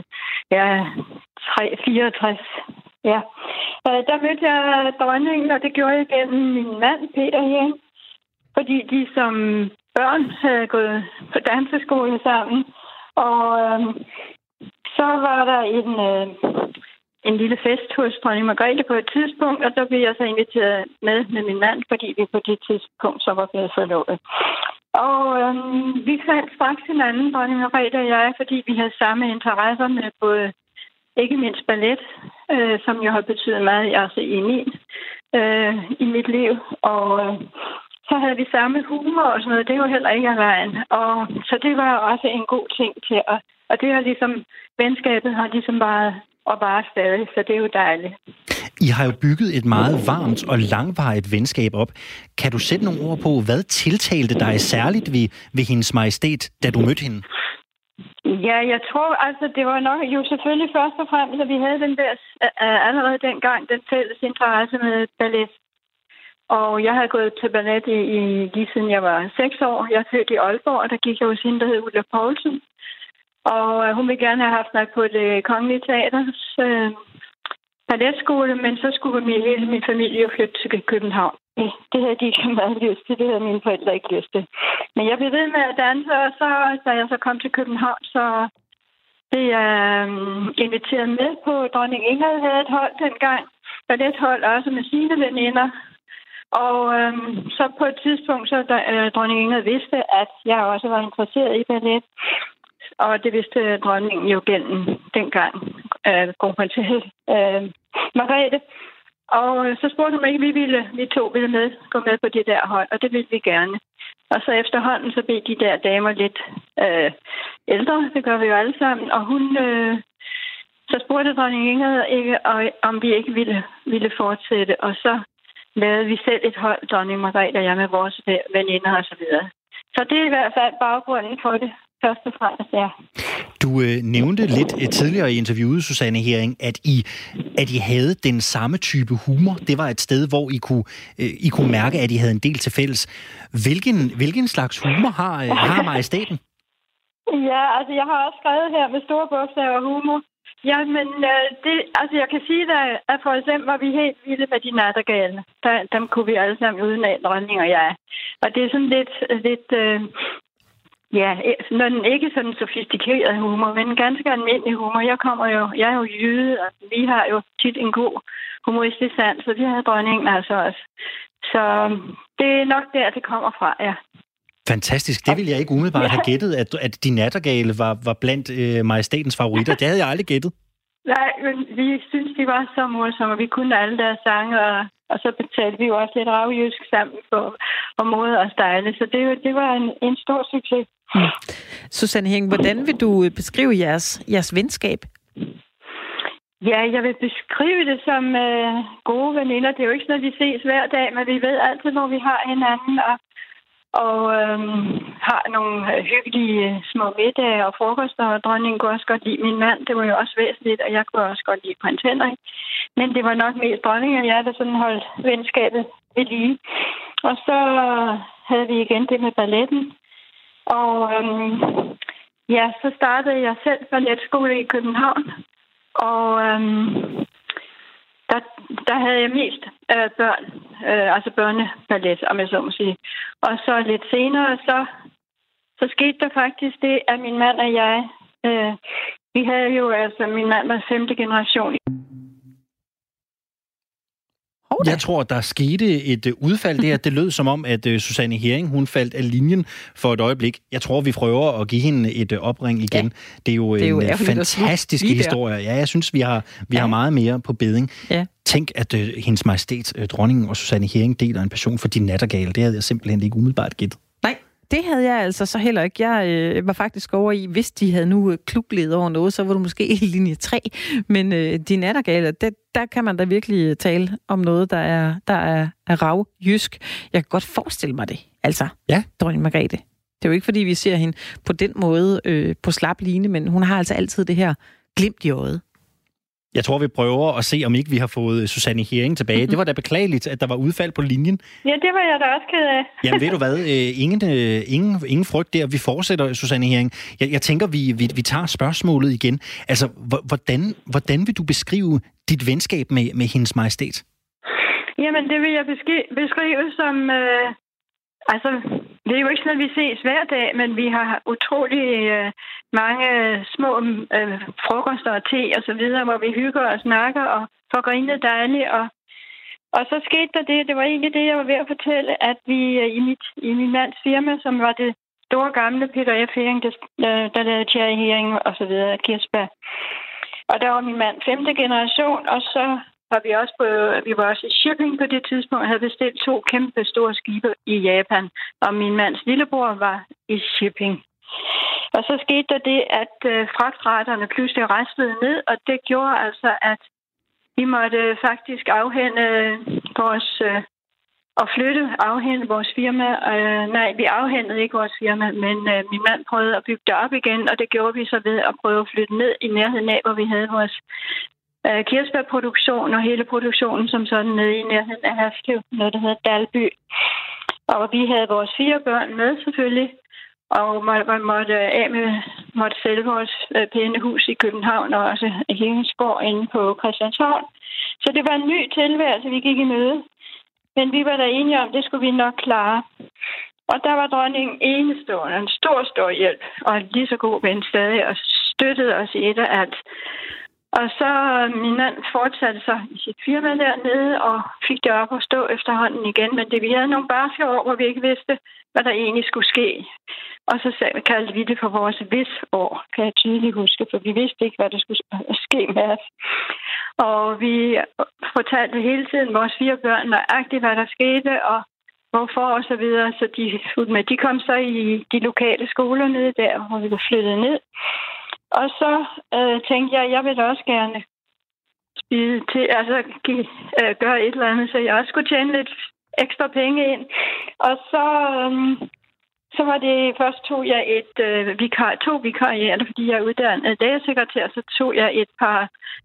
64. Ja. Der mødte jeg dronningen, og det gjorde jeg gennem min mand, Peter Hering. Fordi de som børn havde gået på danseskole sammen. Og så var der en lille fest hos dronning Margrethe på et tidspunkt, og der blev jeg så inviteret med min mand, fordi vi på det tidspunkt så var blevet forlovet. Og vi fandt straks hinanden, dronning Margrethe og jeg, fordi vi havde samme interesser med både, ikke mindst ballet, som jo har betydet meget i mit liv. Og så havde vi samme humor og sådan noget. Det var heller ikke af vejen. Og så det var også en god ting til at... Og det har ligesom... Venskabet har ligesom bare stadig, så det er jo dejligt. I har jo bygget et meget varmt og langvarigt venskab op. Kan du sætte nogle ord på, hvad tiltalte dig særligt ved hendes majestæt, da du mødte hende? Ja, jeg tror det var nok jo selvfølgelig først og fremmest, at vi havde den der allerede dengang, den fælles interesse med ballet. Og jeg har gået til ballet lige siden jeg var 6 år. Jeg er født i Aalborg, og der gik jeg hos hende, der hed Ulla Poulsen. Og hun ville gerne have haft mig på det Kongelige Teaters balletskole, men så skulle hele min familie flytte til København. Det havde de ikke meget lyst til, det havde mine forældre ikke lyst til. Men jeg blev ved med at danse, og så, da jeg så kom til København, så blev jeg inviteret med på dronning Ingrid havde et hold dengang. Ballethold også med sine veninder. Og så på et tidspunkt, så dronning Ingrid vidste, at jeg også var interesseret i ballet. Og det vidste dronningen jo gennem dengang kronprinsesse Margrethe. Og så spurgte hun mig ikke, vi to ville gå med på det der hold, og det ville vi gerne. Og så efterhånden, så blev de der damer lidt ældre, det gør vi jo alle sammen, og hun... Så spurgte dronning Ingrid ikke, om vi ikke ville fortsætte, og så lavede vi selv et hold, dronning Margrethe og jeg, med vores veninder og så videre. Så det er i hvert fald baggrunden for det, først og fremmest, ja. Du nævnte lidt tidligere i interviewet, Susanne Hering, at I havde den samme type humor. Det var et sted, hvor I kunne mærke, at I havde en del til fælles. Hvilken slags humor har majestæten? Ja, altså jeg har også skrevet her med store bogstaver humor. Ja, men jeg kan sige dig, at for eksempel var vi helt vilde med de nattergale. Dem kunne vi alle sammen uden af, dronning og jeg. Og det er sådan lidt ikke sådan sofistikeret humor, men ganske almindelig humor. Jeg er jo jyde, og vi har jo tit en god humoristisk sans, så det har dronningen altså også. Så det er nok der, det kommer fra, ja. Fantastisk. Det ville jeg ikke umiddelbart have gættet, at de nattergale var blandt majestætens favoritter. Det havde jeg aldrig gættet. Nej, men vi synes, de var så morsomme, og vi kunne alle deres sange, og så betalte vi jo også lidt ravjysk sammen for mode og style. Så det var en stor succes. Susanne Hering, hvordan vil du beskrive jeres venskab? Ja, jeg vil beskrive det som gode veninder. Det er jo ikke sådan, at vi ses hver dag, men vi ved altid, hvor vi har hinanden, og har nogle hyggelige små middage og frokoster, og dronningen kunne også godt lide min mand. Det var jo også væsentligt, og jeg kunne også godt lide prins Henrik. Men det var nok mest dronningen og jeg, der sådan holdt venskabet ved lige. Og så havde vi igen det med balletten. Og så startede jeg selv balletskole i København. Og der havde jeg mest børn, altså børneballet, om jeg så må sige. Og så lidt senere, så skete der faktisk det, at min mand og jeg, vi havde jo altså, min mand var 5. generation. Jeg tror, der skete et udfald der. Det lød som om, at Susanne Hering, hun faldt af linjen for et øjeblik. Jeg tror, vi prøver at give hende et opring igen. Ja. Det er jo en fantastisk historie. Ja, jeg synes, vi har meget mere på beding. Ja. Tænk, at hendes majestæt, dronningen og Susanne Hering deler en passion for de nattergale. Det havde jeg simpelthen ikke umiddelbart gættet. Nej, det havde jeg altså så heller ikke. Jeg var faktisk over i, hvis de havde nu klubled over noget, så var det måske i linje 3. Men de nattergale, der kan man da virkelig tale om noget, der er ravjysk. Jeg kan godt forestille mig det. Altså, ja. Dronning Margrethe. Det er jo ikke, fordi vi ser hende på den måde på slap line, men hun har altså altid det her glimt i øjet. Jeg tror, vi prøver at se, om ikke vi har fået Susanne Hering tilbage. Det var da beklageligt, at der var udfald på linjen. Ja, det var jeg da også ked af. Jamen, ved du hvad? Ingen frygt der. Vi fortsætter, Susanne Hering. Jeg tænker, vi tager spørgsmålet igen. Altså, hvordan vil du beskrive dit venskab med hendes majestæt? Jamen, det vil jeg beskrive som... det er jo ikke sådan, at vi ses hver dag, men vi har utrolig mange små frokoster og te og så videre, hvor vi hygger og snakker og får grinet dejligt. Og så skete der det var egentlig det, jeg var ved at fortælle, at vi i min mands firma, som var det store gamle Peter F. Hering, der lavede Thierry Hering og så videre, Kirsberg. Og der var min mand 5. generation, og så var vi var også i shipping på det tidspunkt, havde bestilt 2 kæmpe store skibe i Japan, og min mands lillebror var i shipping. Og så skete der det, at fragtraterne pludselig rastede ned, og det gjorde altså, at vi måtte faktisk afhænde vores firma. Vi afhændede ikke vores firma, men min mand prøvede at bygge det op igen, og det gjorde vi så ved at prøve at flytte ned i nærheden af, hvor vi havde vores Kirsberg-produktion og hele produktionen som sådan nede i nærheden af Haslev, noget der hedder Dalby. Og vi havde vores 4 børn med selvfølgelig, og man måtte sælge vores pæne hus i København og også Heringsgård inde på Christianshavn. Så det var en ny tilværelse, vi gik i møde. Men vi var da enige om, det skulle vi nok klare. Og der var dronningen enestående, en stor hjælp, og en lige så god ven stadig, og støttede os i et og alt. Og så min mand fortsatte sig i sit firma dernede, og fik det op at stå efterhånden igen. Men vi havde nogle barsle år, hvor vi ikke vidste, hvad der egentlig skulle ske. Og så kaldte vi det for vores vis-år, kan jeg tydeligt huske, for vi vidste ikke, hvad der skulle ske med os. Og vi fortalte hele tiden vores 4 børn nøjagtigt, hvad der skete, og hvorfor og så videre. Så de kom så i de lokale skoler nede der, hvor vi var flyttet ned. Og så tænkte jeg vil også gerne gøre et eller andet, så jeg også skulle tjene lidt ekstra penge ind. Og så var det, først tog jeg to vikariater, fordi jeg er uddannet lægesekretær, så tog jeg et par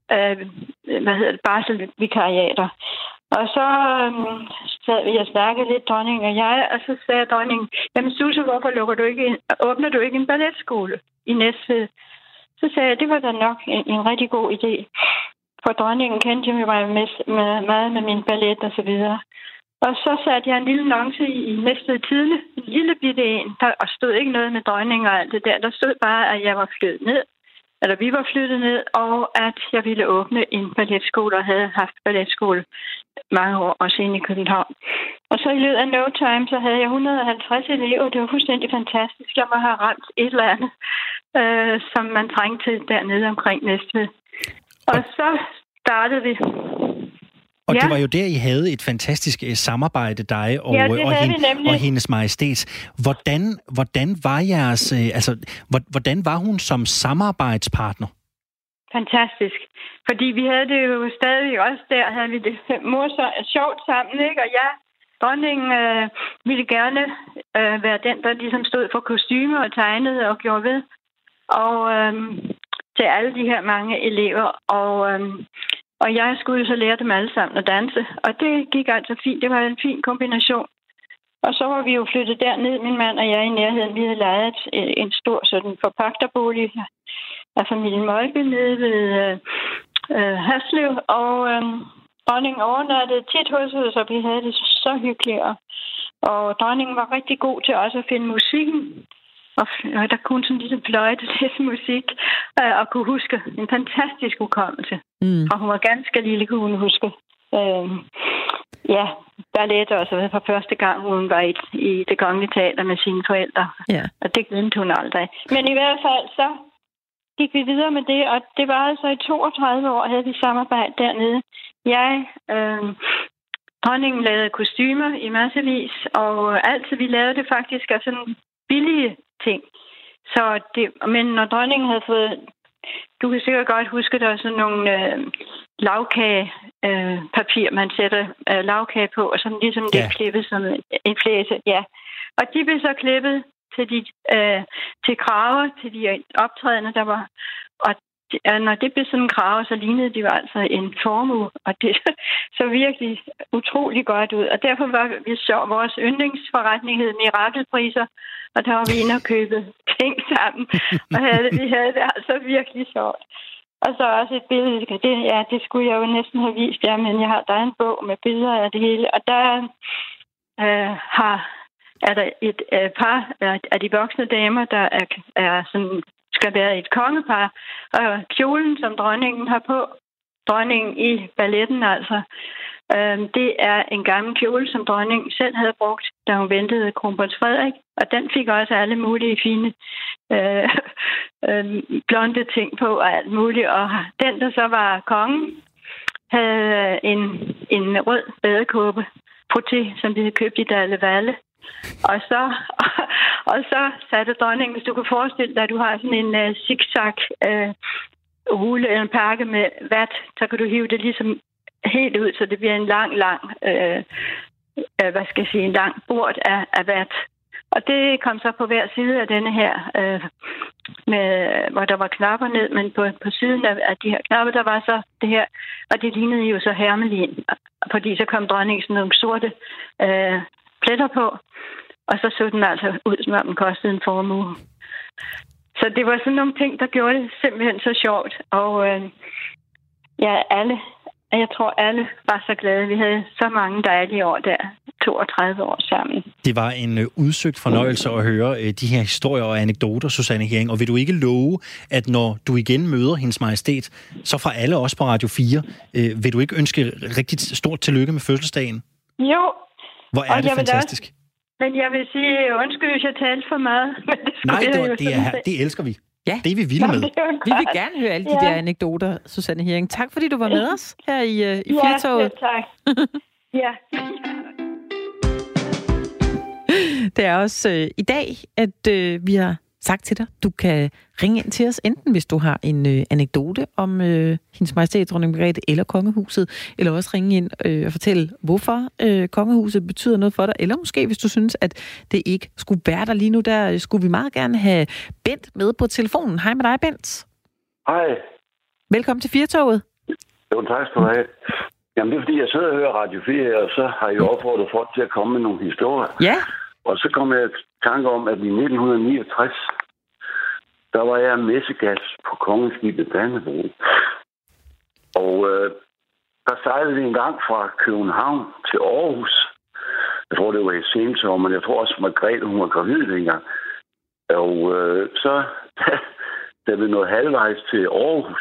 barselvikariater. Og så jeg snakkede lidt, dronning og jeg, og så sagde dronningen, jamen Susse, hvorfor åbner du ikke en balletskole i Næstved? Så sagde jeg, det var da nok en rigtig god idé. For dronningen kendte mig meget med min ballet og så videre. Og så satte jeg en lille annonce i Næstved Tidende, en lille bitte en, der stod ikke noget med dronning og alt det der. Der stod bare, at jeg var flyttet ned, eller vi var flyttet ned, og at jeg ville åbne en balletskole og havde haft balletskole mange år, også inde i København. Og så i løbet af no time, så havde jeg 150 elever. Det var fuldstændig fantastisk. Jeg må have ramt et eller andet, som man trængte til dernede omkring Næstved. Og så startede vi. Og det var jo der, I havde et fantastisk samarbejde, dig og hendes majestæt. Hvordan var jeres, hvordan var hun som samarbejdspartner? Fantastisk. Fordi vi havde det jo stadig også der, havde vi det sjovt sammen, ikke? Og dronningen ville gerne være den, der ligesom stod for kostymer og tegnede og gjorde ved. Og til alle de her mange elever. Og jeg skulle så lære dem alle sammen at danse. Og det gik altså fint. Det var en fin kombination. Og så var vi jo flyttet derned, min mand og jeg, i nærheden. Vi havde lejet en stor sådan forpagterbolig af familien Moltke nede ved Haslev. Og dronningen overnattede tit hos os, og vi havde det så hyggeligt. Og dronningen var rigtig god til også at finde musikken. Og der kunne sådan ligesom fløjte lidt musik, og kunne huske en fantastisk hukommelse. Og hun var ganske lille, kunne hun huske. Ballet og så videre for første gang, hun var i Det Kongelige Teater med sine forældre. Yeah. Og det glemte hun aldrig. Men i hvert fald så gik vi videre med det, og det var altså i 32 år, havde vi samarbejde dernede. Dronningen lavede kostymer i massevis, og altid vi lavede det faktisk af sådan billige ting. Men når dronningen havde fået, du kan sikkert godt huske, der er sådan nogle lavkagepapir, man sætter lavkage på, og sådan ligesom det klippet som en flæse. Ja. Og de blev så klippet til kraver, til de optrædende, der var. Og når det blev sådan en krave, så lignede det jo altså en formue, og det så virkelig utrolig godt ud. Og derfor var vi vores yndlingsforretning hed Mirakelpriser, og der var vi inde og købe ting sammen. Og vi havde det altså virkelig sjovt. Og så også et billede. Det skulle jeg jo næsten have vist jer, men jeg har der en bog med billeder af det hele. Og der er der et par af de voksne damer, der er sådan, skal være et kongepar. Og kjolen, som dronningen har på, dronningen i balletten altså, det er en gammel kjole, som dronningen selv havde brugt, da hun ventede kronprins Frederik. Og den fik også alle mulige fine blonde ting på og alt muligt. Og den, der så var kongen, havde en rød badekåbe, proté, som vi havde købt i Dalle Valle. Og så satte dronningen, hvis du kan forestille dig, at du har sådan en zigzag hule eller en pakke med vat, så kan du hive det ligesom helt ud, så det bliver en lang en lang bord af vat. Og det kom så på hver side af denne her, hvor der var knapper ned, men på siden af de her knapper, der var så det her, og det lignede jo så hermelin, fordi så kom dronningen sådan nogle sorte pletter på, og så den altså ud, som om den kostede en formue. Så det var sådan nogle ting, der gjorde det simpelthen så sjovt, og jeg tror, alle var så glade. Vi havde så mange dejlige år der, 32 år sammen. Det var en udsøgt fornøjelse at høre de her historier og anekdoter, Susanne Hering. Og vil du ikke love, at når du igen møder hendes majestæt, så fra alle os på Radio 4, vil du ikke ønske rigtig stort tillykke med fødselsdagen? Jo. Hvor er det fantastisk. Men jeg vil sige, undskyld, hvis jeg talte for meget. Men det elsker vi. Ja. Det er vi vilde med. Vi vil gerne høre alle de der anekdoter, Susanne Hering. Tak, fordi du var med os her i Firtoget. Ja, tak. Ja. Det er også i dag, at vi har sagt til dig, du kan ringe ind til os, enten hvis du har en anekdote om hendes majestæt, dronning Margrethe, eller kongehuset, eller også ringe ind og fortælle, hvorfor kongehuset betyder noget for dig, eller måske hvis du synes, at det ikke skulle være der lige nu, der skulle vi meget gerne have Bent med på telefonen. Hej med dig, Bent. Hej. Velkommen til Firtoget. Jo, tak skal du have. Jamen, det er fordi, jeg sidder og hører Radio 4, og så har jeg opfordret folk til at komme med nogle historier. Ja. Og så kom jeg i tanke om, at i 1969, der var jeg messegast på kongeskibet Dannebrog. Og der sejlede vi en gang fra København til Aarhus. Jeg tror, det var i sensommer, men jeg tror også, Margrethe, hun var gravid dengang. Og så, da vi nåede halvvejs til Aarhus,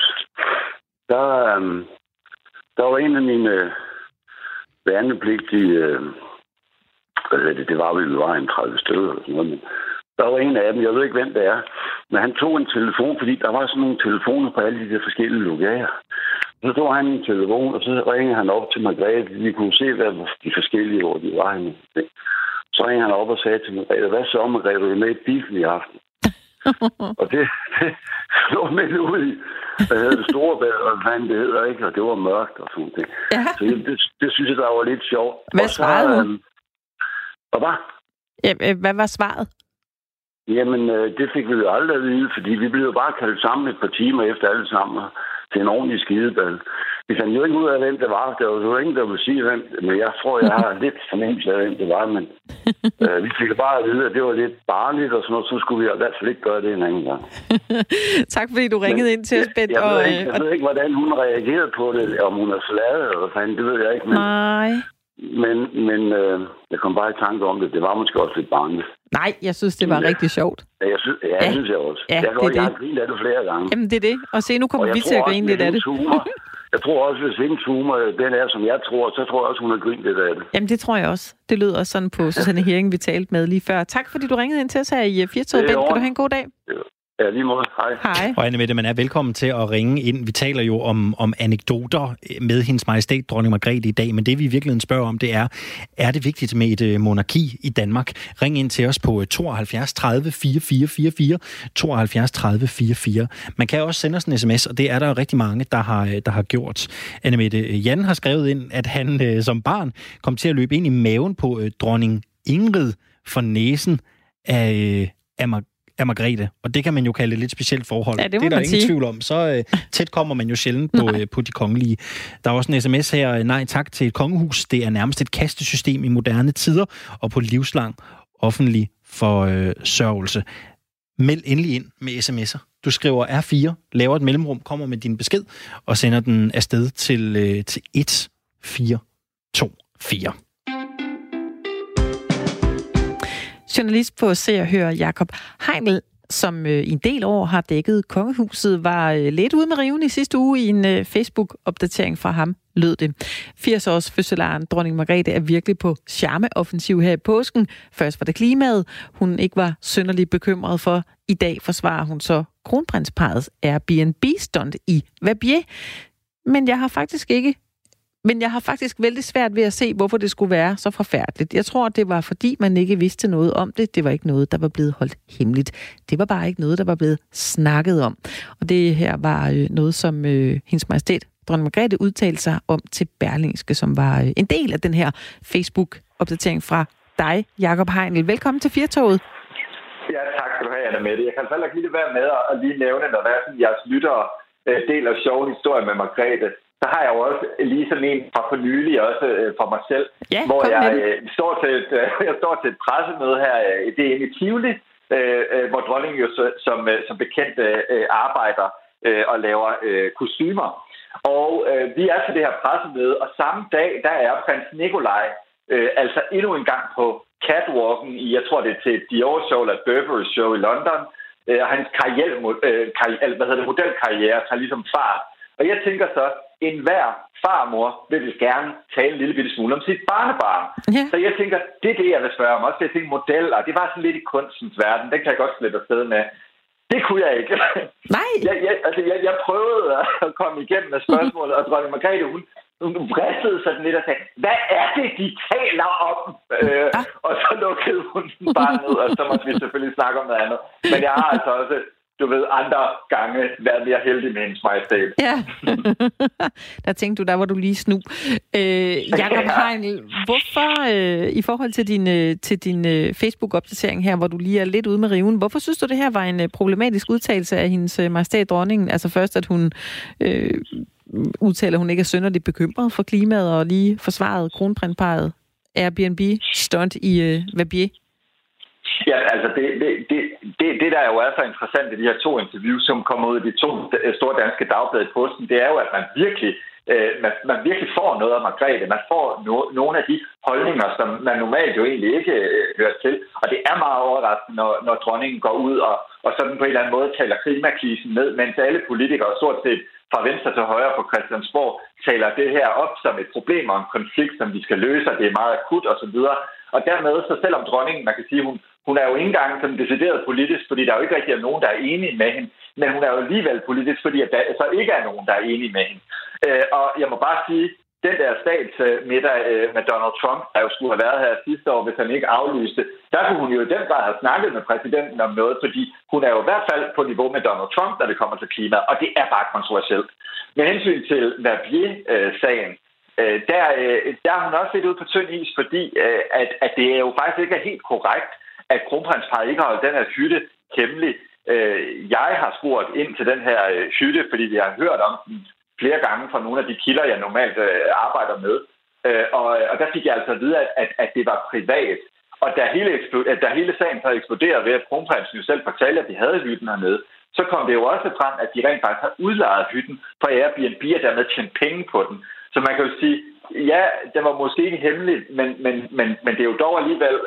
der var en af mine værnepligtige... det var vel en 30 stykker eller sådan noget, men der var en af dem, jeg ved ikke, hvem det er, men han tog en telefon, fordi der var sådan nogle telefoner på alle de der forskellige lokaler. Så tog han en telefon, og så ringede han op til Margrethe. Vi kunne se, hvad de forskellige, hvor de var henne. Så ringede han op og sagde til Margrethe, hvad så, Margrethe, du er med i biffen i aften? Og det lå med ud i, hvad hedder det, Storebælt, og hvad det hedder, ikke? Og det var mørkt og sådan noget. Ja. Så det synes jeg, der var lidt sjovt. Hvad svarede hun? Hvad? Ja, hvad var svaret? Jamen, det fik vi jo aldrig at vide, fordi vi blev jo bare kaldt sammen et par timer efter alle sammen til en ordentlig skideball. Vi fandt jo ikke ud af, hvem det var. Der var jo ingen, der ville sige, hvem. Men jeg tror, jeg har lidt fornemmelse af, hvem det var. Men vi fik bare at vide, at det var lidt barnligt og sådan noget. Så skulle vi i hvert fald ikke gøre det en anden gang. Tak, fordi du ringede ind til os, Bent. Jeg ved ikke, hvordan hun reagerede på det. Om hun er flad eller fanden, det ved jeg ikke. Men, nej. Men jeg kom bare i tanke om det. Det var måske også lidt barnligt. Nej, jeg synes, det var rigtig sjovt. Ja, jeg synes jeg også. Ja, jeg har grinet af det flere gange. Jamen, det er det. Og se, nu kommer vi til at grine lidt af det. Jeg tror også, hvis hendes humor, den er, som jeg tror, så tror jeg også, hun har grinet lidt af det. Jamen, det tror jeg også. Det lød også sådan på Susanne Hering, vi talte med lige før. Tak, fordi du ringede ind til os her i Firtoget, Bent. Kan du have en god dag? Ja, lige måde. Hej. Og Anne-Mette, man er velkommen til at ringe ind. Vi taler jo om anekdoter med hendes majestæt, dronning Margrethe, i dag, men det vi i virkeligheden spørger om, det er det vigtigt med et monarki i Danmark? Ring ind til os på 72 30 4444, 72 30 44. Man kan også sende os en sms, og det er der jo rigtig mange, der har gjort. Anne-Mette, Jan har skrevet ind, at han som barn kom til at løbe ind i maven på dronning Ingrid for næsen af Margrethe, og det kan man jo kalde et lidt specielt forhold. Ja, det er der ingen tvivl om. Så tæt kommer man jo sjældent på de kongelige. Der er også en sms her. Nej tak til et kongehus. Det er nærmest et kastesystem i moderne tider, og på livslang offentlig forsørgelse. Meld endelig ind med sms'er. Du skriver R4, laver et mellemrum, kommer med din besked, og sender den afsted til 1424. Journalist på Se og Hør, Jakob Heinl, som i en del år har dækket kongehuset, var lidt ude med riven i sidste uge i en Facebook-opdatering fra ham, lød det. 80 års fødselaren dronning Margrethe er virkelig på charmeoffensiv her i påsken. Først var det klimaet, hun ikke var synderligt bekymret for. I dag forsvarer hun så kronprinsparrets Airbnb-stunt i Verbier. Men jeg har faktisk vældig svært ved at se, hvorfor det skulle være så forfærdeligt. Jeg tror, det var, fordi man ikke vidste noget om det. Det var ikke noget, der var blevet holdt hemmeligt. Det var bare ikke noget, der var blevet snakket om. Og det her var noget, som hendes majestæt, dronning Margrethe, udtalte sig om til Berlingske, som var en del af den her Facebook-opdatering fra dig, Jakob Heinl. Velkommen til Firtoget. Ja, tak skal du have, Anne-Mette. Jeg kan heller ikke lige være med at lige nævne, når der er sådan, jeres lyttere deler sjove historier med Margrethe. Så har jeg jo også lige sådan en fra for nylig også for mig selv, hvor jeg står til et pressemøde her. Det er i Tivoli, hvor dronningen jo som bekendt arbejder og laver kostymer. Og vi er til det her pressemøde, og samme dag, der er prins Nikolaj altså endnu en gang på catwalken i, jeg tror det er til Dior-show eller Burberry show i London. Og hans modelkarriere tager ligesom fart. Og jeg tænker så, enhver farmor vil gerne tale en lille bitte smule om sit barnebarn. Yeah. Så jeg tænker, det er det, jeg vil spørge om. Også jeg tænker modeller, det var sådan lidt i kunstens verden. Den kan jeg godt slippe afsted med. Det kunne jeg ikke. Nej. Jeg prøvede at komme igennem med spørgsmålet, og dronning Margrethe, hun vristede sådan lidt og sagde, hvad er det, de taler om? Og så lukkede hun bare ned, og så måtte vi selvfølgelig snakke om noget andet. Men jeg har altså også, andre gange været mere heldig med hendes majestæt. Ja, der tænkte du, der var du lige snu. Jakob Heinl, hvorfor i forhold til din Facebook-opdatering her, hvor du lige er lidt ude med riven, hvorfor synes du, det her var en problematisk udtalelse af hendes majestæt dronningen? Altså først, at hun udtaler, hun ikke er synderligt bekymret for klimaet, og lige forsvaret kronprinsparret Airbnb-stunt i Verbier. Ja, altså det der jo er så interessant i de her 2 interviews, som kommer ud af de 2 store danske dagblade i posten, det er jo, at man virkelig får noget af Margrethe. Man får nogle af de holdninger, som man normalt jo egentlig ikke hører til. Og det er meget overraskende, når dronningen går ud og sådan på en eller anden måde taler klimakrisen ned, mens alle politikere stort set fra venstre til højre på Christiansborg taler det her op som et problem og en konflikt, som vi skal løse, og det er meget akut osv. Og dermed, så selvom dronningen, man kan sige, hun er jo ikke engang sådan decideret politisk, fordi der jo ikke rigtig er nogen, der er enige med hende, men hun er jo alligevel politisk, fordi der så ikke er nogen, der er enige med hende. Og jeg må bare sige, den der statsmiddag med Donald Trump, der jo skulle have været her sidste år, hvis han ikke aflyste, der kunne hun jo i den grad have snakket med præsidenten om noget, fordi hun er jo i hvert fald på niveau med Donald Trump, når det kommer til klima, og det er bare kontroversielt. Med hensyn til Verbier-sagen, der er hun også lidt ude på tynd is, fordi at det jo faktisk ikke er helt korrekt, at kronprinsparret ikke har holdt den her hytte hemmelig. Jeg har spurgt ind til den her hytte, fordi vi har hørt om den flere gange fra nogle af de kilder, jeg normalt arbejder med. Og der fik jeg altså at vide, at det var privat. Og da hele sagen så eksploderede ved, at kronprinsen jo selv fortalte, at de havde hytten hernede, så kom det jo også frem, at de rent faktisk har udlejet hytten fra Airbnb og dermed tjent penge på den. Så man kan jo sige, ja, den var måske ikke hemmelig, men det er jo dog alligevel,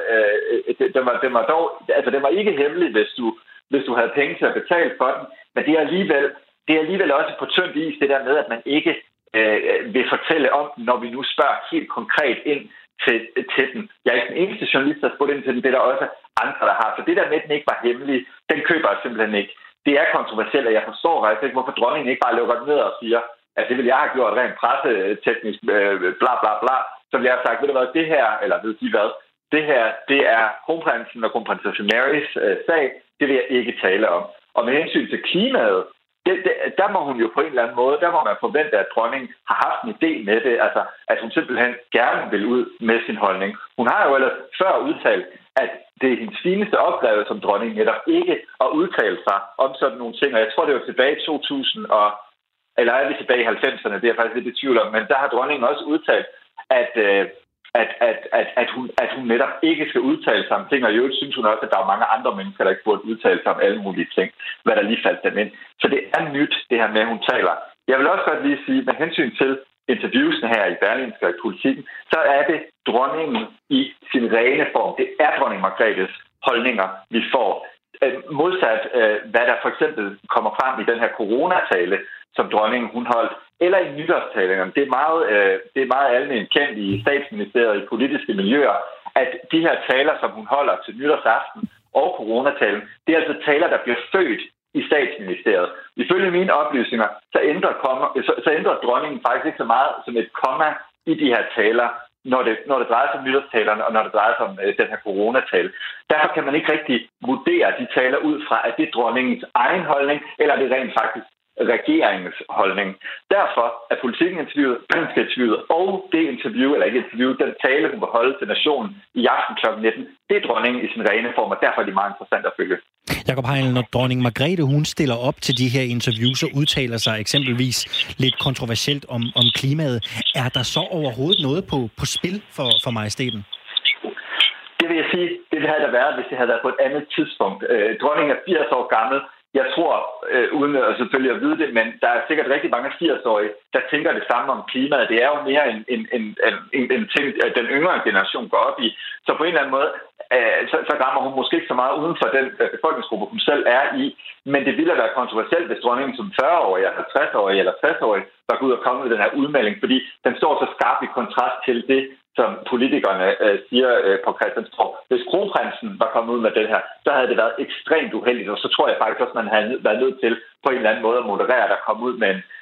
den var ikke hemmelig, hvis du havde penge til at betale for den, men det er alligevel også på tyndt is, det der med, at man ikke vil fortælle om den, når vi nu spørger helt konkret ind til den. Jeg er ikke den eneste journalist, der har spurgt ind til den, det er der også andre, der har. Så det der med, at den ikke var hemmelig, den køber jeg simpelthen ikke. Det er kontroversielt, og jeg forstår faktisk ikke, hvorfor dronningen ikke bare lukker ned og siger, at det ville jeg have gjort rent presseteknisk, bla bla bla. Så ville jeg have sagt, ved du hvad, det her, eller ved de hvad, det her, det er kronprinsen og kronprinsesse Marys sag, det vil jeg ikke tale om. Og med hensyn til klimaet, der må hun jo på en eller anden måde, der må man forvente, at dronningen har haft en idé med det, altså at hun simpelthen gerne vil ud med sin holdning. Hun har jo ellers før udtalt, at det er hendes fineste opgave som dronning netop ikke at udtale sig om sådan nogle ting, og jeg tror, det var tilbage i 2000, eller er vi tilbage i 90'erne, det er jeg faktisk lidt i tvivl om, men der har dronningen også udtalt, at hun netop ikke skal udtale sig om ting, og i øvrigt synes hun også, at der er mange andre mennesker, der ikke burde udtale sig om alle mulige ting, hvad der lige faldt dem ind. Så det er nyt, det her med, at hun taler. Jeg vil også godt lige sige, med hensyn til interviewsene her i Berlingske og i Politikken, så er det dronningen i sin rene form. Det er dronning Margrethes holdninger, vi får. Modsat hvad der for eksempel kommer frem i den her coronatale, som dronningen hun holdt, eller i nytårstalerne. Det er meget almindeligt kendt i statsministeriet, i politiske miljøer, at de her taler, som hun holder til nytårsaften og coronatalen, det er altså taler, der bliver født i statsministeriet. Ifølge mine oplysninger, så ændrer dronningen faktisk ikke så meget som et komma i de her taler, når det drejer sig om nytårstalerne, og når det drejer sig om den her coronatale. Derfor kan man ikke rigtig vurdere de taler ud fra, at det er dronningens egen holdning, eller er det rent faktisk regeringens holdning. Derfor er Politikken-interviewet, Berlingske-interviewet og det interview, eller ikke interview, den tale, hun vil holde til Nationen i aften kl. 19, det er dronningen i sin rene form, og derfor er det meget interessant at følge. Jakob Heinl, når dronning Margrethe, hun stiller op til de her interviews og udtaler sig eksempelvis lidt kontroversielt om klimaet, er der så overhovedet noget på spil for majestæten? Det vil jeg sige, det ville have der været, hvis det havde været på et andet tidspunkt. Dronningen er 80 år gammel. Jeg tror, uden at selvfølgelig at vide det, men der er sikkert rigtig mange 80-årige, der tænker det samme om klimaet. Det er jo mere en ting, den yngre generation går op i. Så på en eller anden måde så rammer hun måske ikke så meget uden for den befolkningsgruppe, hun selv er i. Men det ville være kontroversielt, hvis dronningen som 40-årig, eller 60-årig, eller 60-årig, var gået ud og komme med den her udmelding, fordi den står så skarpt i kontrast til det, som politikerne siger på Christiansborg. Hvis kronprinsen var kommet ud med det her, så havde det været ekstremt uheldigt, og så tror jeg faktisk også, at man havde været nødt til på en eller anden måde at moderere, der kom ud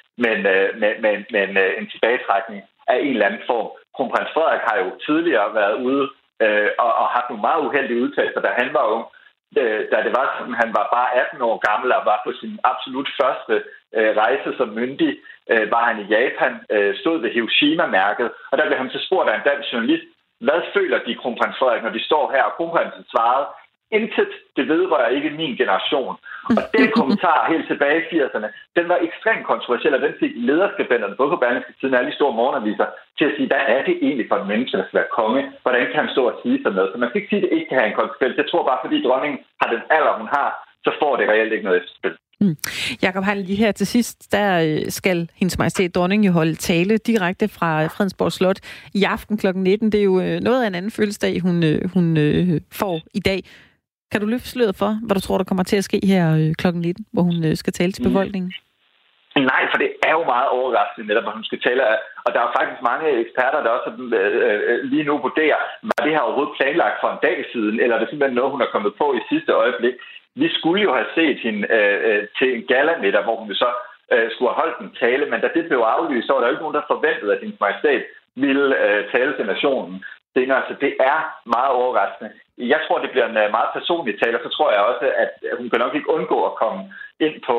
med en tilbagetrækning af en eller anden form. Kronprins Frederik har jo tidligere været ude og haft nogle meget uheldige udtalelser, da han var ung. Da det var sådan, han var bare 18 år gammel og var på sin absolut første rejse som myndig, var han i Japan, stod ved Hiroshima-mærket, og der blev han så spurgt af en dansk journalist, hvad føler de, kronprins Frederik, når de står her? Og kronprinsen svarede, intet, det vedrører ikke min generation. Og den kommentar helt tilbage i 80'erne, den var ekstremt kontroversiel, og den fik lederskribenterne, både på Berlingske Tidende og alle de store morgenaviser, til at sige, hvad er det egentlig for en menneske, der skal være konge? Hvordan kan han stå og sige sådan noget? Så man kan ikke sige, at det ikke kan have en konsekvens. Jeg tror bare, fordi dronningen har den alder, hun har, så får det reelt ikke noget efterspil. Jakob Heinle, lige her til sidst, der skal hendes majestæt dronningen jo holde tale direkte fra Fredensborg Slot i aften kl. 19. Det er jo noget af en anden fødselsdag, hun får i dag. Kan du løfte sløret for, hvad du tror, der kommer til at ske her kl. 19, hvor hun skal tale til befolkningen? Nej, for det er jo meget overraskende netop, når hun skal tale. Og der er jo faktisk mange eksperter, der også lige nu vurderer, var det her overhovedet planlagt for en dag siden, eller er det simpelthen noget, hun er kommet på i sidste øjeblik. Vi skulle jo have set hende til en gala-middag, hvor hun så skulle have holdt en tale, men da det blev aflyst, så var der jo ikke nogen, der forventede, at hendes majestæt ville tale til nationen senere. Så det er meget overraskende. Jeg tror, det bliver en meget personlig tale, og så tror jeg også, at hun kan nok ikke undgå at komme ind på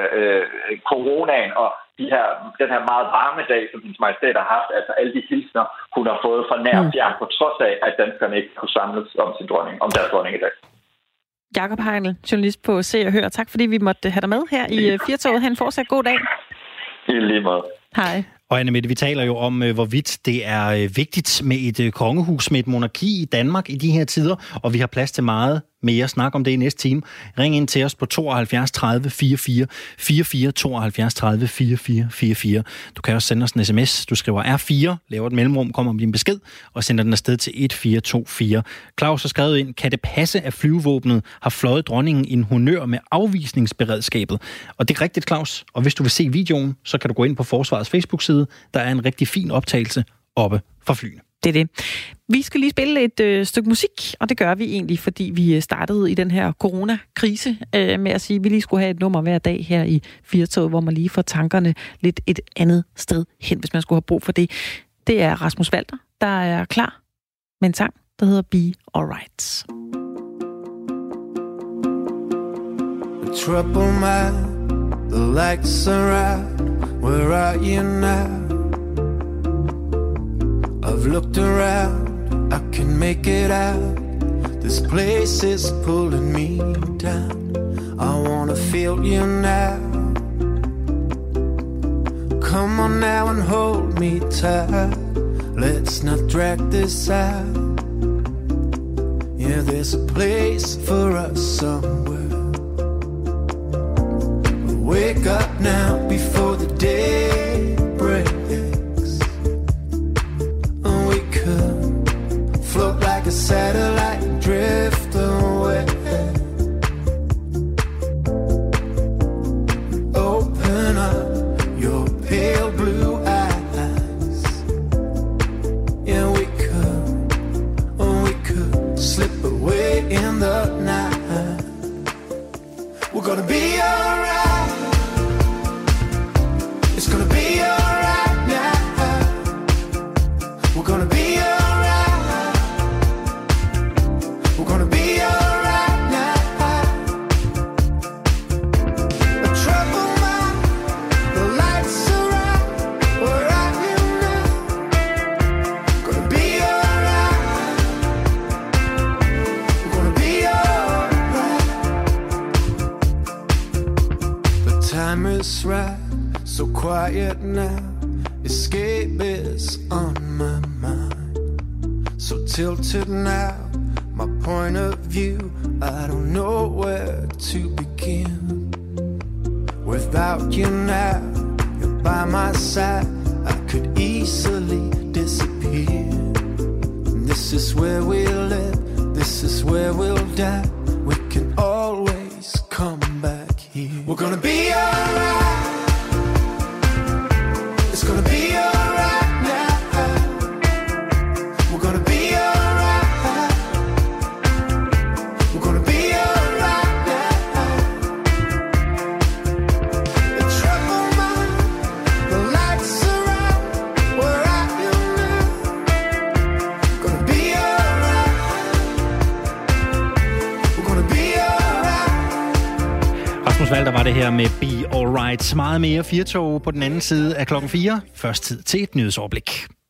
coronaen og den her meget varme dag, som hendes majestæt har haft, altså alle de hilsner, hun har fået fra nær og fjern, på trods af, at danskerne ikke kunne samles om deres dronning i dag. Jakob Heinle, journalist på Se og Hør. Tak fordi vi måtte have dig med her i Firtoget. Ha' en fortsat god dag. I lige måde. Hej. Og Anne-Mette, vi taler jo om, hvorvidt det er vigtigt med et kongehus, med et monarki i Danmark i de her tider, og vi har plads til meget mere snak om det i næste time. Ring ind til os på 72 30 44 44, 72 30 44 44. Du kan også sende os en sms. Du skriver R4, laver et mellemrum, kommer med din besked, og sender den afsted til 1424. Claus har skrevet ind, kan det passe, at flyvevåbnet har fløjet dronningen i en honør med afvisningsberedskabet? Og det er rigtigt, Claus. Og hvis du vil se videoen, så kan du gå ind på Forsvarets Facebook-side. Der er en rigtig fin optagelse oppe fra flyene. Det er det. Vi skal lige spille et stykke musik, og det gør vi egentlig, fordi vi startede i den her coronakrise med at sige, at vi lige skulle have et nummer hver dag her i Firtoget, hvor man lige får tankerne lidt et andet sted hen, hvis man skulle have brug for det. Det er Rasmus Walter, der er klar med en sang, der hedder Be Alright. The trouble man, the lights are out, where are you now? I've looked around, I can make it out. This place is pulling me down. I wanna feel you now. Come on now and hold me tight. Let's not drag this out. Yeah, there's a place for us somewhere. Wake up now before the day breaks. We could float like a satellite and drift away. Open up your pale blue eyes. Yeah, we could slip away in the night. We're gonna be alright. It's gonna be alright now. We're gonna be alright. We're gonna be alright now. A trouble man, the lights are out. Where are you now? Gonna be alright. We're gonna be alright. The time is right. So quiet now, escape is on my mind. So tilted now, my point of view, I don't know where to begin. Without you now, you're by my side, I could easily disappear. This is where we live, this is where Walter var det her med Be Alright. Meget mere 4-tog på den anden side af klokken 4. Først tid til et nyhedsoverblik.